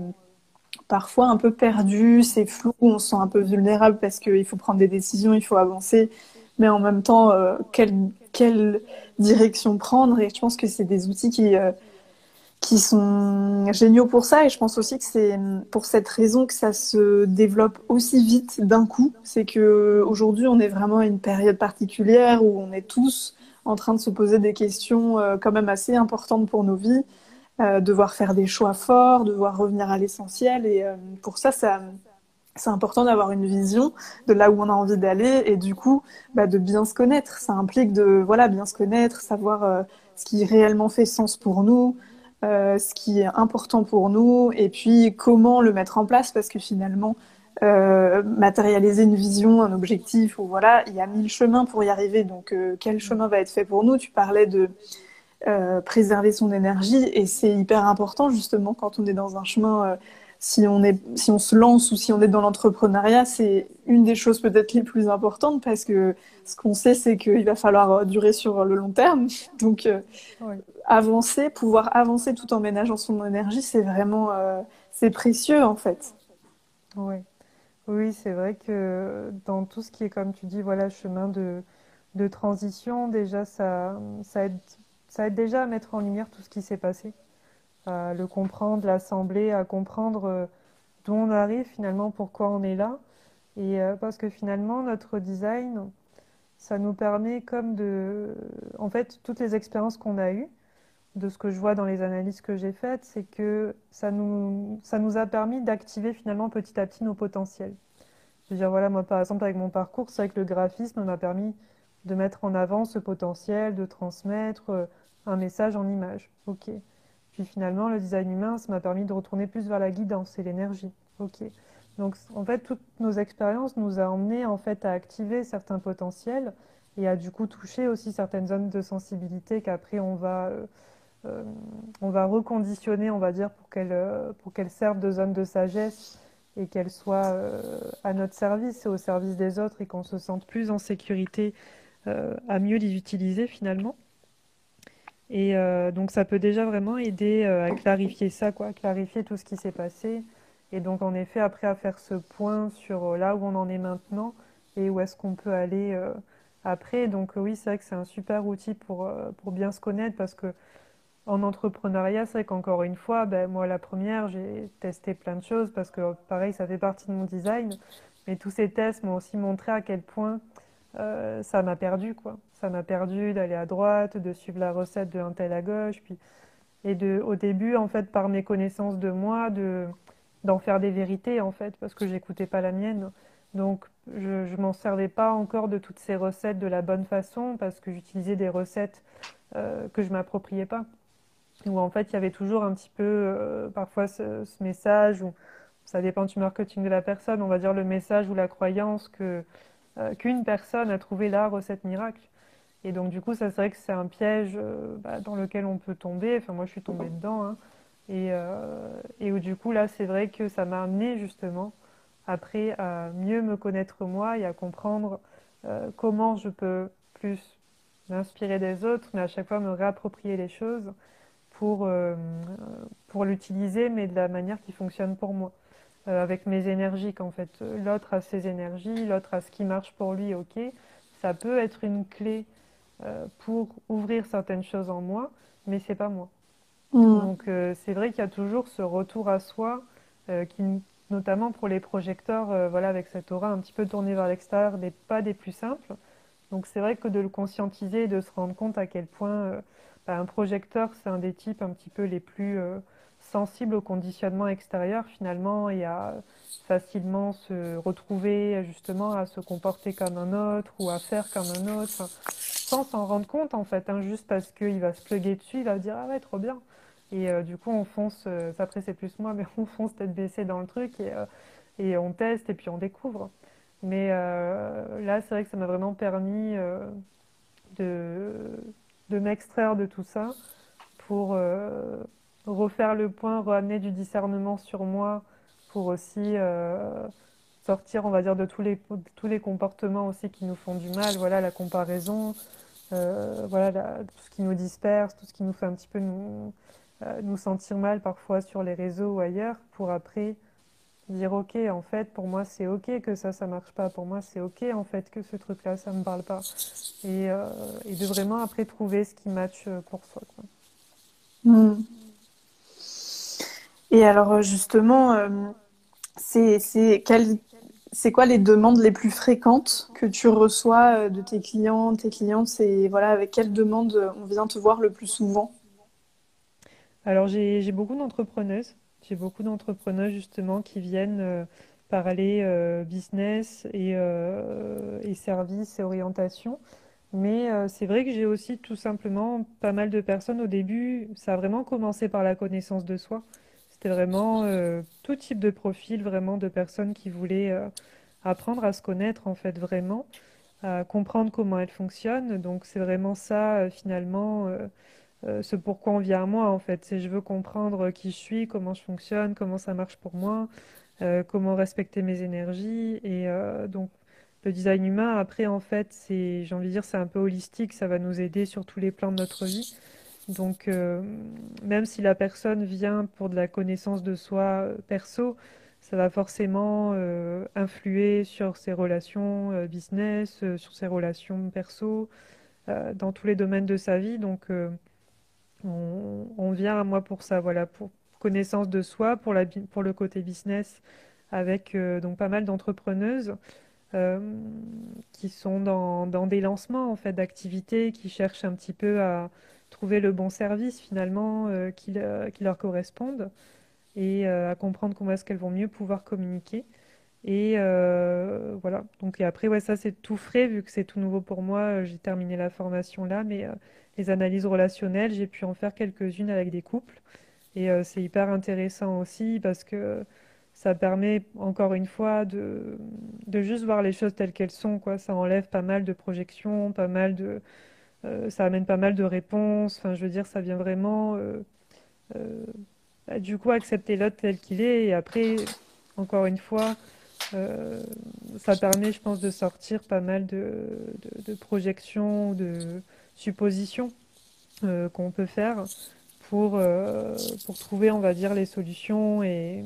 parfois un peu perdu, c'est flou, on se sent un peu vulnérable parce qu'il faut prendre des décisions, il faut avancer, mais en même temps, quelle direction prendre? Et je pense que c'est des outils qui sont géniaux pour ça. Et je pense aussi que c'est pour cette raison que ça se développe aussi vite d'un coup. C'est que aujourd'hui, on est vraiment à une période particulière où on est tous en train de se poser des questions quand même assez importantes pour nos vies, devoir faire des choix forts, devoir revenir à l'essentiel. Et pour ça, c'est important d'avoir une vision de là où on a envie d'aller et du coup, bah, de bien se connaître. Ça implique de voilà bien se connaître, savoir ce qui réellement fait sens pour nous, ce qui est important pour nous et puis comment le mettre en place parce que finalement, matérialiser une vision, un objectif ou voilà, il y a mille chemins pour y arriver. Donc, quel chemin va être fait pour nous? Tu parlais de préserver son énergie et c'est hyper important justement quand on est dans un chemin si on se lance ou si on est dans l'entrepreneuriat, c'est une des choses peut-être les plus importantes parce que ce qu'on sait, c'est qu'il va falloir durer sur le long terme. Donc, ouais, pouvoir avancer tout en ménageant son énergie, c'est vraiment, c'est précieux en fait. ouais. Oui, c'est vrai que dans tout ce qui est, comme tu dis, voilà, chemin de transition, déjà, ça aide déjà à mettre en lumière tout ce qui s'est passé, à le comprendre, l'assembler, à comprendre d'où on arrive finalement, pourquoi on est là. Et parce que finalement, notre design, ça nous permet comme en fait, toutes les expériences qu'on a eues, de ce que je vois dans les analyses que j'ai faites, c'est que ça nous a permis d'activer finalement petit à petit nos potentiels. Je veux dire, voilà, moi par exemple, avec mon parcours, c'est vrai que le graphisme m'a permis de mettre en avant ce potentiel, de transmettre un message en image. Ok. Puis finalement, le design humain, ça m'a permis de retourner plus vers la guidance et l'énergie. Ok. Donc en fait, toutes nos expériences nous a emmené en fait à activer certains potentiels et à du coup toucher aussi certaines zones de sensibilité qu'après euh, on va reconditionner, on va dire, pour qu'elles servent de zone de sagesse et qu'elles soient à notre service et au service des autres et qu'on se sente plus en sécurité à mieux les utiliser finalement. Et donc ça peut déjà vraiment aider à clarifier ça, quoi, à clarifier tout ce qui s'est passé. Et donc en effet, après à faire ce point sur là où on en est maintenant et où est-ce qu'on peut aller après. Donc oui, c'est vrai que c'est un super outil pour bien se connaître parce que en entrepreneuriat, c'est vrai qu'encore une fois, ben, moi la première, j'ai testé plein de choses parce que pareil, ça fait partie de mon design. Mais tous ces tests m'ont aussi montré à quel point ça m'a perdu, quoi. Ça m'a perdu d'aller à droite, de suivre la recette de un tel à gauche, puis au début, en fait, par mes connaissances de moi, d'en faire des vérités, en fait, parce que j'écoutais pas la mienne. Donc, je m'en servais pas encore de toutes ces recettes de la bonne façon parce que j'utilisais des recettes que je m'appropriais pas où en fait il y avait toujours un petit peu parfois ce message, ou ça dépend du marketing de la personne, on va dire le message ou la croyance qu'une personne a trouvé la recette miracle. Et donc du coup ça c'est vrai que c'est un piège dans lequel on peut tomber, enfin moi je suis tombée dedans, hein. Et où du coup là c'est vrai que ça m'a amené justement après à mieux me connaître moi et à comprendre comment je peux plus m'inspirer des autres, mais à chaque fois me réapproprier les choses pour, euh, pour l'utiliser, mais de la manière qui fonctionne pour moi. Avec mes énergies, qu'en fait, l'autre a ses énergies, l'autre a ce qui marche pour lui, ok. Ça peut être une clé pour ouvrir certaines choses en moi, mais c'est pas moi. Mm. Donc c'est vrai qu'il y a toujours ce retour à soi, qui, notamment pour les projecteurs, voilà, avec cette aura un petit peu tournée vers l'extérieur, n'est pas des plus simples. Donc c'est vrai que de le conscientiser et de se rendre compte à quel point bah, un projecteur, c'est un des types un petit peu les plus sensibles au conditionnement extérieur finalement et à facilement se retrouver justement à se comporter comme un autre ou à faire comme un autre, enfin, sans s'en rendre compte en fait, hein, juste parce qu'il va se plugger dessus, il va se dire ah ouais trop bien. Et du coup on fonce, après c'est plus moi, mais on fonce tête baissée dans le truc et on teste et puis on découvre. Mais là c'est vrai que ça m'a vraiment permis de, de m'extraire de tout ça pour refaire le point, ramener du discernement sur moi, pour aussi sortir, on va dire, de tous les comportements aussi qui nous font du mal. Voilà, la comparaison, voilà, tout ce qui nous disperse, tout ce qui nous fait un petit peu nous sentir mal parfois sur les réseaux ou ailleurs, pour après dire ok, en fait, pour moi c'est ok que ça marche pas, pour moi c'est ok en fait que ce truc-là ça me parle pas, et de vraiment après trouver ce qui match pour soi, quoi. Mm. Et alors justement, c'est quoi les demandes les plus fréquentes que tu reçois de tes clients, tes clientes? C'est voilà, avec quelles demandes on vient te voir le plus souvent? Alors j'ai beaucoup d'entrepreneuses. J'ai beaucoup d'entrepreneuses justement qui viennent parler business et services et orientation. Mais c'est vrai que j'ai aussi tout simplement pas mal de personnes au début. Ça a vraiment commencé par la connaissance de soi. C'était vraiment tout type de profil, vraiment de personnes qui voulaient apprendre à se connaître en fait vraiment, à comprendre comment elles fonctionnent. Donc c'est vraiment ça finalement. Ce pourquoi on vient à moi en fait. C'est je veux comprendre qui je suis, comment je fonctionne, comment ça marche pour moi, comment respecter mes énergies. Et donc le design humain, après en fait, j'ai envie de dire, c'est un peu holistique, ça va nous aider sur tous les plans de notre vie. Donc même si la personne vient pour de la connaissance de soi perso, ça va forcément influer sur ses relations business, sur ses relations perso, dans tous les domaines de sa vie. Donc on vient à moi pour ça, voilà, pour connaissance de soi, pour le côté business, avec donc pas mal d'entrepreneuses euh, qui sont dans des lancements en fait d'activités, qui cherchent un petit peu à trouver le bon service finalement qui leur corresponde et à comprendre comment est-ce qu'elles vont mieux pouvoir communiquer. Et voilà. Donc, et après, ouais, ça c'est tout frais vu que c'est tout nouveau pour moi. J'ai terminé la formation là, mais les analyses relationnelles, j'ai pu en faire quelques-unes avec des couples. Et c'est hyper intéressant aussi parce que ça permet encore une fois de juste voir les choses telles qu'elles sont, quoi. Ça enlève pas mal de projections, ça amène pas mal de réponses. Enfin, je veux dire, ça vient vraiment euh, du coup accepter l'autre tel qu'il est. Et après, encore une fois, euh, ça permet, je pense, de sortir pas mal de projections, de suppositions qu'on peut faire pour trouver, on va dire, les solutions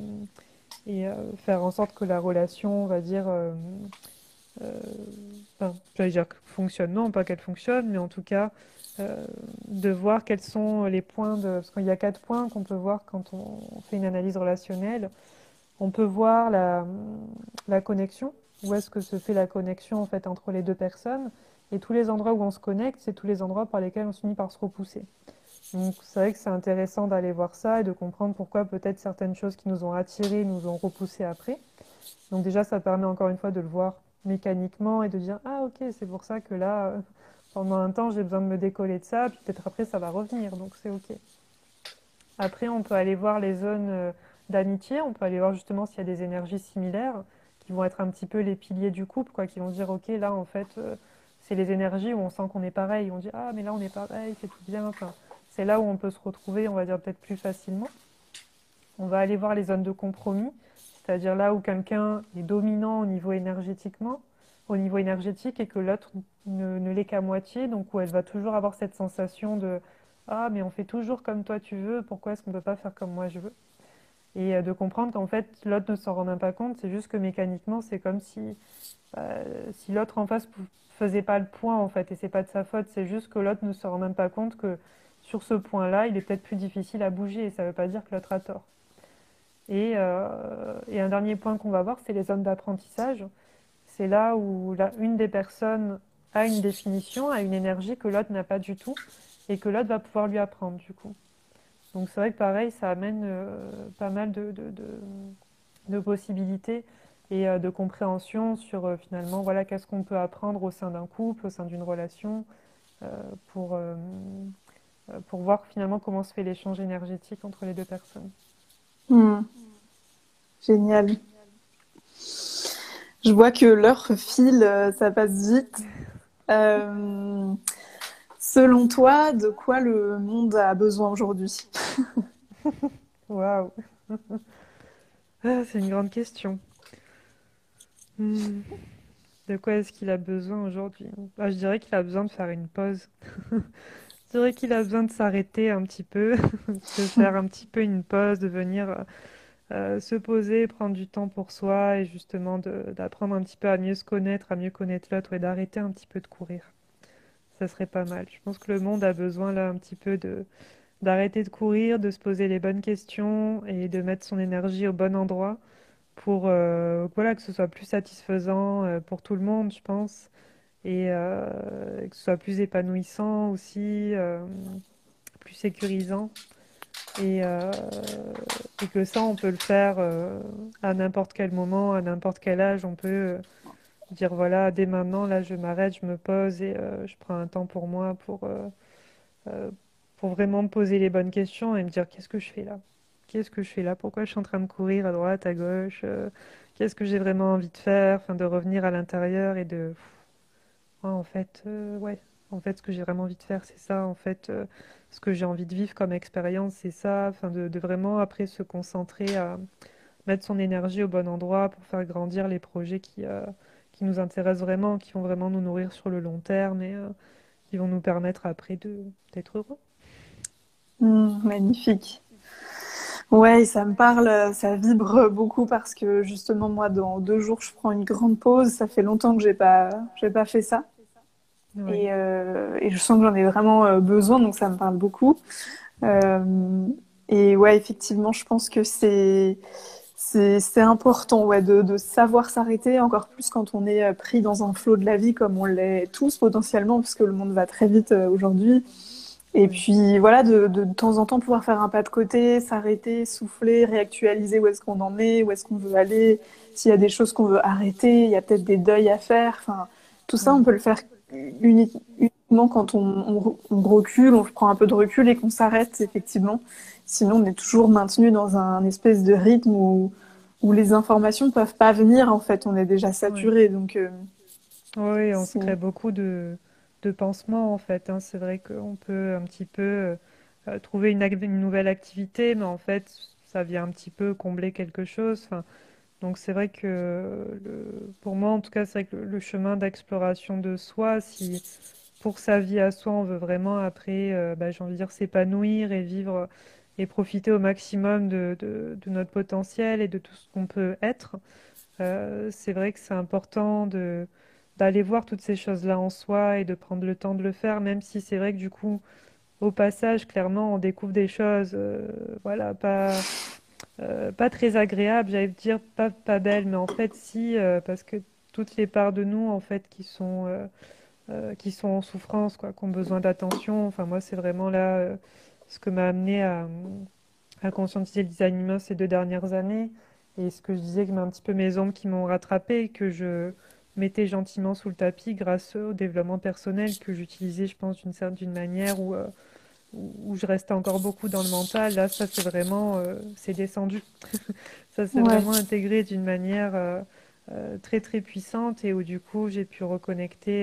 et faire en sorte que la relation, on va dire, euh, enfin, j'allais dire que fonctionne, non, pas qu'elle fonctionne, mais en tout cas, de voir quels sont les points de... Parce qu'il y a 4 points qu'on peut voir quand on fait une analyse relationnelle. On peut voir la connexion, où est-ce que se fait la connexion en fait entre les deux personnes, et tous les endroits où on se connecte, c'est tous les endroits par lesquels on finit par se repousser. Donc c'est vrai que c'est intéressant d'aller voir ça et de comprendre pourquoi peut-être certaines choses qui nous ont attirés nous ont repoussés après. Donc déjà ça permet encore une fois de le voir mécaniquement et de dire ah ok c'est pour ça que là pendant un temps j'ai besoin de me décoller de ça, puis peut-être après ça va revenir, donc c'est ok. Après, on peut aller voir les zones d'amitié, on peut aller voir justement s'il y a des énergies similaires qui vont être un petit peu les piliers du couple, quoi, qui vont dire, ok, là, en fait, c'est les énergies où on sent qu'on est pareil. On dit, ah, mais là, on est pareil, c'est tout bien. Enfin, c'est là où on peut se retrouver, on va dire, peut-être plus facilement. On va aller voir les zones de compromis, c'est-à-dire là où quelqu'un est dominant au niveau énergétique, et que l'autre ne l'est qu'à moitié, donc où elle va toujours avoir cette sensation de ah, mais on fait toujours comme toi tu veux, pourquoi est-ce qu'on ne peut pas faire comme moi je veux? Et de comprendre qu'en fait, l'autre ne s'en rend même pas compte, c'est juste que mécaniquement, c'est comme si l'autre en face faisait pas le point, en fait, et c'est pas de sa faute, c'est juste que l'autre ne se rend même pas compte que sur ce point-là, il est peut-être plus difficile à bouger, et ça ne veut pas dire que l'autre a tort. Et un dernier point qu'on va voir, c'est les zones d'apprentissage. C'est là où une des personnes a une définition, a une énergie que l'autre n'a pas du tout. et que l'autre va pouvoir lui apprendre du coup. Donc c'est vrai que pareil, ça amène pas mal de possibilités et de compréhension sur finalement voilà qu'est-ce qu'on peut apprendre au sein d'un couple, au sein d'une relation, euh, pour, euh, pour voir finalement comment se fait l'échange énergétique entre les deux personnes. Hmm, génial. Je vois que l'heure file, ça passe vite. Euh, Selon toi, de quoi le monde a besoin aujourd'hui? Waouh, ah, c'est une grande question. Hmm. De quoi est-ce qu'il a besoin aujourd'hui? Ah, je dirais qu'il a besoin de faire une pause. Je dirais qu'il a besoin de s'arrêter un petit peu, de faire un petit peu une pause, de venir se poser, prendre du temps pour soi et justement d'apprendre un petit peu à mieux se connaître, à mieux connaître l'autre et d'arrêter un petit peu de courir. Ça serait pas mal. Je pense que le monde a besoin là un petit peu de d'arrêter de courir, de se poser les bonnes questions et de mettre son énergie au bon endroit pour voilà, que ce soit plus satisfaisant pour tout le monde, je pense, et que ce soit plus épanouissant aussi, plus sécurisant. Et, euh, et que ça, on peut le faire à n'importe quel moment, à n'importe quel âge. On peut dire, voilà, dès maintenant, là, je m'arrête, je me pose et je prends un temps pour moi euh, pour vraiment me poser les bonnes questions et me dire, qu'est-ce que je fais là? Qu'est-ce que je fais là? Pourquoi je suis en train de courir à droite, à gauche? Qu'est-ce que j'ai vraiment envie de faire? Enfin, de revenir à l'intérieur et de ah, en fait, ouais. En fait, ce que j'ai vraiment envie de faire, c'est ça. En fait, ce que j'ai envie de vivre comme expérience, c'est ça. Enfin, de vraiment après se concentrer à mettre son énergie au bon endroit pour faire grandir les projets qui nous intéressent vraiment, qui vont vraiment nous nourrir sur le long terme et qui vont nous permettre après d'être heureux. Magnifique. Ouais, ça me parle, ça vibre beaucoup parce que justement, moi, dans 2 jours, je prends une grande pause. Ça fait longtemps que j'ai pas fait ça. Oui, Et je sens que j'en ai vraiment besoin, donc ça me parle beaucoup. Euh, et ouais, effectivement, je pense que c'est important ouais, de savoir s'arrêter, encore plus quand on est pris dans un flot de la vie comme on l'est tous potentiellement, parce que le monde va très vite aujourd'hui. Et oui, puis voilà, de temps en temps pouvoir faire un pas de côté, s'arrêter, souffler, réactualiser où est-ce qu'on en est, où est-ce qu'on veut aller, s'il y a des choses qu'on veut arrêter, il y a peut-être des deuils à faire. Enfin, tout ça, on oui. peut le faire uniquement quand on recule, on prend un peu de recul et qu'on s'arrête, effectivement. Sinon, on est toujours maintenu dans un espèce de rythme où les informations ne peuvent pas venir, en fait. On est déjà Oui, saturé, donc oui, on se c'est... crée beaucoup de pansements en fait, hein. C'est vrai qu'on peut un petit peu trouver une nouvelle activité, mais en fait, ça vient un petit peu combler quelque chose. Enfin, donc c'est vrai que pour moi, en tout cas, c'est vrai que le chemin d'exploration de soi, si pour sa vie à soi, on veut vraiment après, bah, j'ai envie de dire, s'épanouir et vivre et profiter au maximum de notre potentiel et de tout ce qu'on peut être. C'est vrai que c'est important d'aller voir toutes ces choses-là en soi et de prendre le temps de le faire, même si c'est vrai que du coup, au passage, clairement, on découvre des choses, voilà, pas très agréables, j'allais dire pas belles, mais en fait, si, parce que toutes les parts de nous, en fait, qui sont en souffrance, quoi, qui ont besoin d'attention. Enfin, moi, c'est vraiment là ce que m'a amené à conscientiser le design humain ces 2 dernières années. Et ce que je disais, que un petit peu mes ombres qui m'ont rattrapé, que je mettais gentiment sous le tapis grâce au développement personnel que j'utilisais, je pense, d'une manière où je restais encore beaucoup dans le mental. Là, ça, c'est vraiment, c'est descendu. Ça s'est Ouais. vraiment intégré d'une manière très, très puissante et où, du coup, j'ai pu reconnecter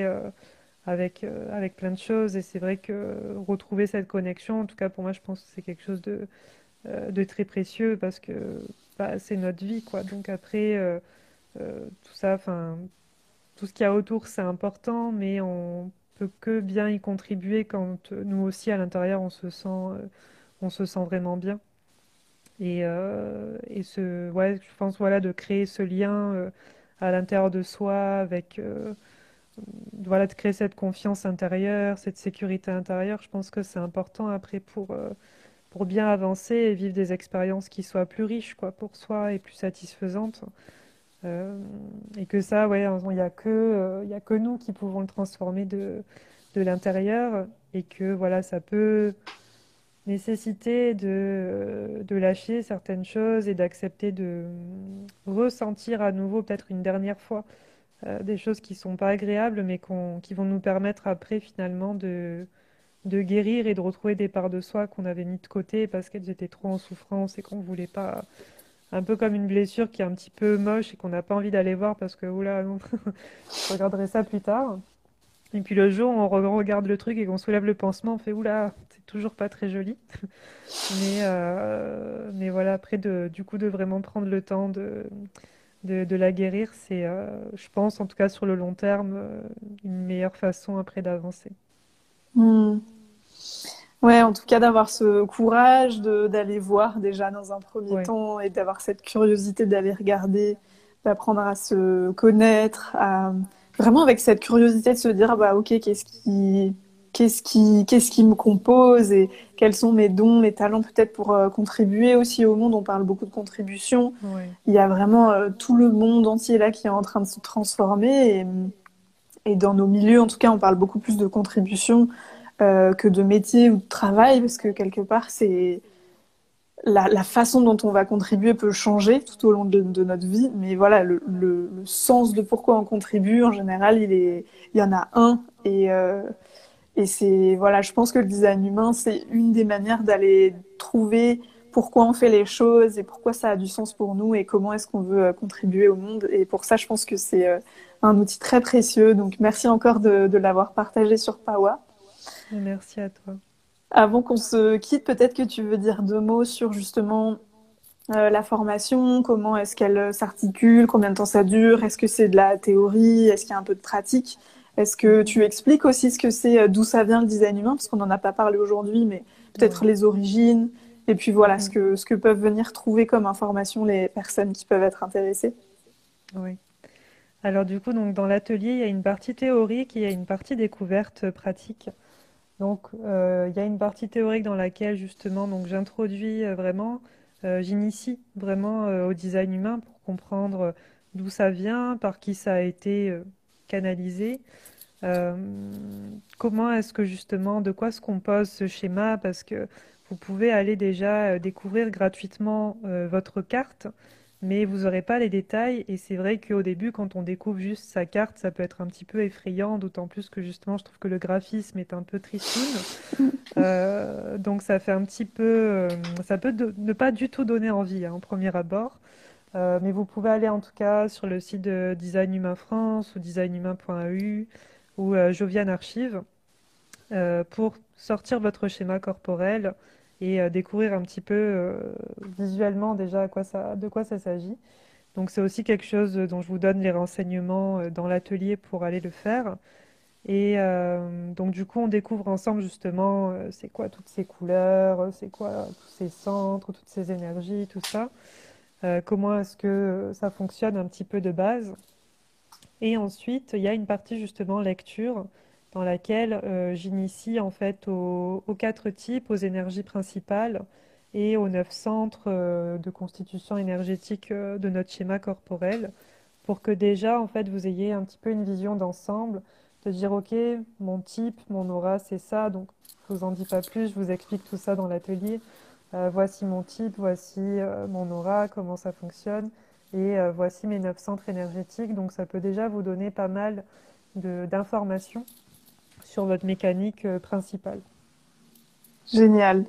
avec plein de choses. Et c'est vrai que retrouver cette connexion, en tout cas pour moi, je pense que c'est quelque chose de très précieux parce que bah, c'est notre vie, quoi. Donc après, tout ça, enfin, tout ce qu'il y a autour, c'est important, mais on peut que bien y contribuer quand nous aussi, à l'intérieur, on se sent vraiment bien. Ouais, je pense voilà, de créer ce lien à l'intérieur de soi avec voilà, de créer cette confiance intérieure, cette sécurité intérieure, je pense que c'est important après pour bien avancer et vivre des expériences qui soient plus riches, quoi, pour soi et plus satisfaisantes. Euh, et que ça, ouais, il y a que nous qui pouvons le transformer de l'intérieur et que voilà, ça peut nécessiter de lâcher certaines choses et d'accepter de ressentir à nouveau peut-être une dernière fois des choses qui sont pas agréables mais qui vont nous permettre après finalement de guérir et de retrouver des parts de soi qu'on avait mis de côté parce qu'elles étaient trop en souffrance et qu'on voulait pas. Un peu comme une blessure qui est un petit peu moche et qu'on n'a pas envie d'aller voir parce que, oula, non, je regarderai ça plus tard. Et puis le jour où on regarde le truc et qu'on soulève le pansement, on fait, oula, c'est toujours pas très joli. Mais voilà, après, du coup, de vraiment prendre le temps de la guérir, c'est, je pense, en tout cas sur le long terme, une meilleure façon après d'avancer. Hmm. Ouais, en tout cas, d'avoir ce courage d'aller voir déjà dans un premier Ouais, temps et d'avoir cette curiosité d'aller regarder, d'apprendre à se connaître, vraiment avec cette curiosité de se dire, ah bah, ok, qu'est-ce qui me compose et quels sont mes dons, mes talents peut-être pour contribuer aussi au monde. On parle beaucoup de contribution. ouais, Il y a vraiment tout le monde entier là qui est en train de se transformer et dans nos milieux, en tout cas, on parle beaucoup plus de contribution que de métier ou de travail, parce que quelque part, c'est la façon dont on va contribuer peut changer tout au long de notre vie, mais voilà, le sens de pourquoi on contribue, en général, il y en a un, et c'est, voilà, je pense que le design humain, c'est une des manières d'aller trouver pourquoi on fait les choses et pourquoi ça a du sens pour nous et comment est-ce qu'on veut contribuer au monde. Et pour ça, je pense que c'est un outil très précieux. Donc, merci encore de l'avoir partagé sur Pawa. merci à toi. Avant qu'on se quitte, peut-être que tu veux dire deux mots sur justement la formation, comment est-ce qu'elle s'articule, combien de temps ça dure, est-ce que c'est de la théorie, est-ce qu'il y a un peu de pratique, est-ce que Mhm. tu expliques aussi ce que c'est, d'où ça vient le design humain, parce qu'on n'en a pas parlé aujourd'hui, mais peut-être Ouais. les origines, et puis voilà Mhm. ce que peuvent venir trouver comme information les personnes qui peuvent être intéressées. Ouais. Alors du coup, donc, dans l'atelier, il y a une partie théorique et il y a une partie découverte pratique. Donc il y a une partie théorique dans laquelle justement donc, j'introduis vraiment, j'initie vraiment au design humain pour comprendre d'où ça vient, par qui ça a été canalisé, euh, comment est-ce que justement, de quoi se compose ce schéma, parce que vous pouvez aller déjà découvrir gratuitement votre carte, mais vous n'aurez pas les détails. Et c'est vrai qu'au début, quand on découvre juste sa carte, ça peut être un petit peu effrayant, d'autant plus que justement, je trouve que le graphisme est un peu tristoun. Donc ça fait un petit peu, ça peut ne pas du tout donner envie hein, au premier abord. Mais vous pouvez aller en tout cas sur le site de Design Humain France ou designhumain.eu ou Jovian Archive pour sortir votre schéma corporel et découvrir un petit peu visuellement déjà de quoi ça s'agit. Donc c'est aussi quelque chose dont je vous donne les renseignements dans l'atelier pour aller le faire. Et donc du coup on découvre ensemble justement c'est quoi toutes ces couleurs, c'est quoi tous ces centres, toutes ces énergies, tout ça. Comment est-ce que ça fonctionne un petit peu de base. Et ensuite, il y a une partie justement lecture dans laquelle j'initie en fait aux quatre types, aux énergies principales et aux 9 centres de constitution énergétique de notre schéma corporel pour que déjà en fait vous ayez un petit peu une vision d'ensemble, de dire ok, mon type, mon aura, c'est ça, donc je vous en dis pas plus, je vous explique tout ça dans l'atelier. Voici mon type, voici mon aura, comment ça fonctionne. Et voici mes 9 centres énergétiques. Donc ça peut déjà vous donner pas mal d'informations sur votre mécanique principale. Génial.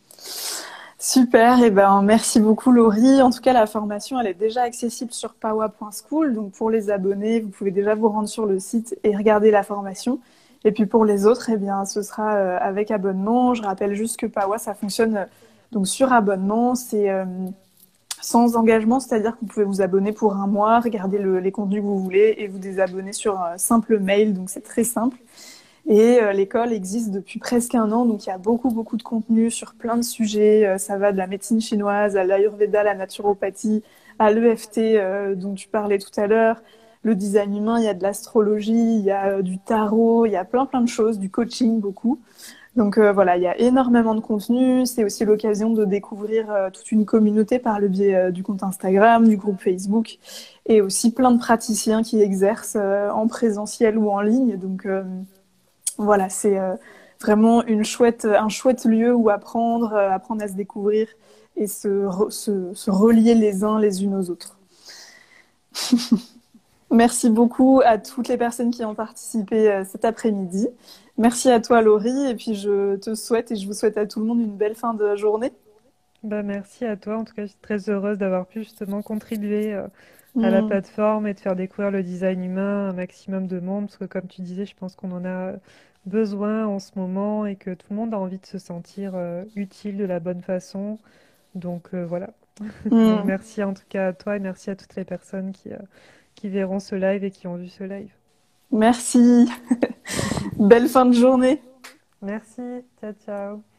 Super, et ben merci beaucoup Laurie. En tout cas, la formation, elle est déjà accessible sur pawa.school. Donc pour les abonnés, vous pouvez déjà vous rendre sur le site et regarder la formation. Et puis pour les autres, eh bien, ce sera avec abonnement. Je rappelle juste que Pawa, ça fonctionne donc sur abonnement. C'est sans engagement, c'est-à-dire que vous pouvez vous abonner pour un mois, regarder les contenus que vous voulez et vous désabonner sur un simple mail. Donc c'est très simple. Et l'école existe depuis presque un an, donc il y a beaucoup, beaucoup de contenu sur plein de sujets. Ça va de la médecine chinoise à l'Ayurveda, la naturopathie, à l'EFT dont tu parlais tout à l'heure, le design humain, il y a de l'astrologie, il y a du tarot, il y a plein, plein de choses, du coaching beaucoup. Donc voilà, il y a énormément de contenu. C'est aussi l'occasion de découvrir toute une communauté par le biais du compte Instagram, du groupe Facebook, et aussi plein de praticiens qui exercent en présentiel ou en ligne. Donc Voilà, c'est vraiment un chouette lieu où apprendre à se découvrir et se relier les uns les unes aux autres. Merci beaucoup à toutes les personnes qui ont participé cet après-midi. Merci à toi, Laurie, et puis je te souhaite et je vous souhaite à tout le monde une belle fin de journée. Bah, merci à toi. En tout cas, je suis très heureuse d'avoir pu justement contribuer à la Mm, plateforme et de faire découvrir le design humain à un maximum de monde. Parce que comme tu disais, je pense qu'on en a besoin en ce moment et que tout le monde a envie de se sentir utile de la bonne façon. Donc voilà. Donc mm. merci en tout cas à toi et merci à toutes les personnes qui verront ce live et qui ont vu ce live. Merci. Belle fin de journée. Merci. Ciao, ciao.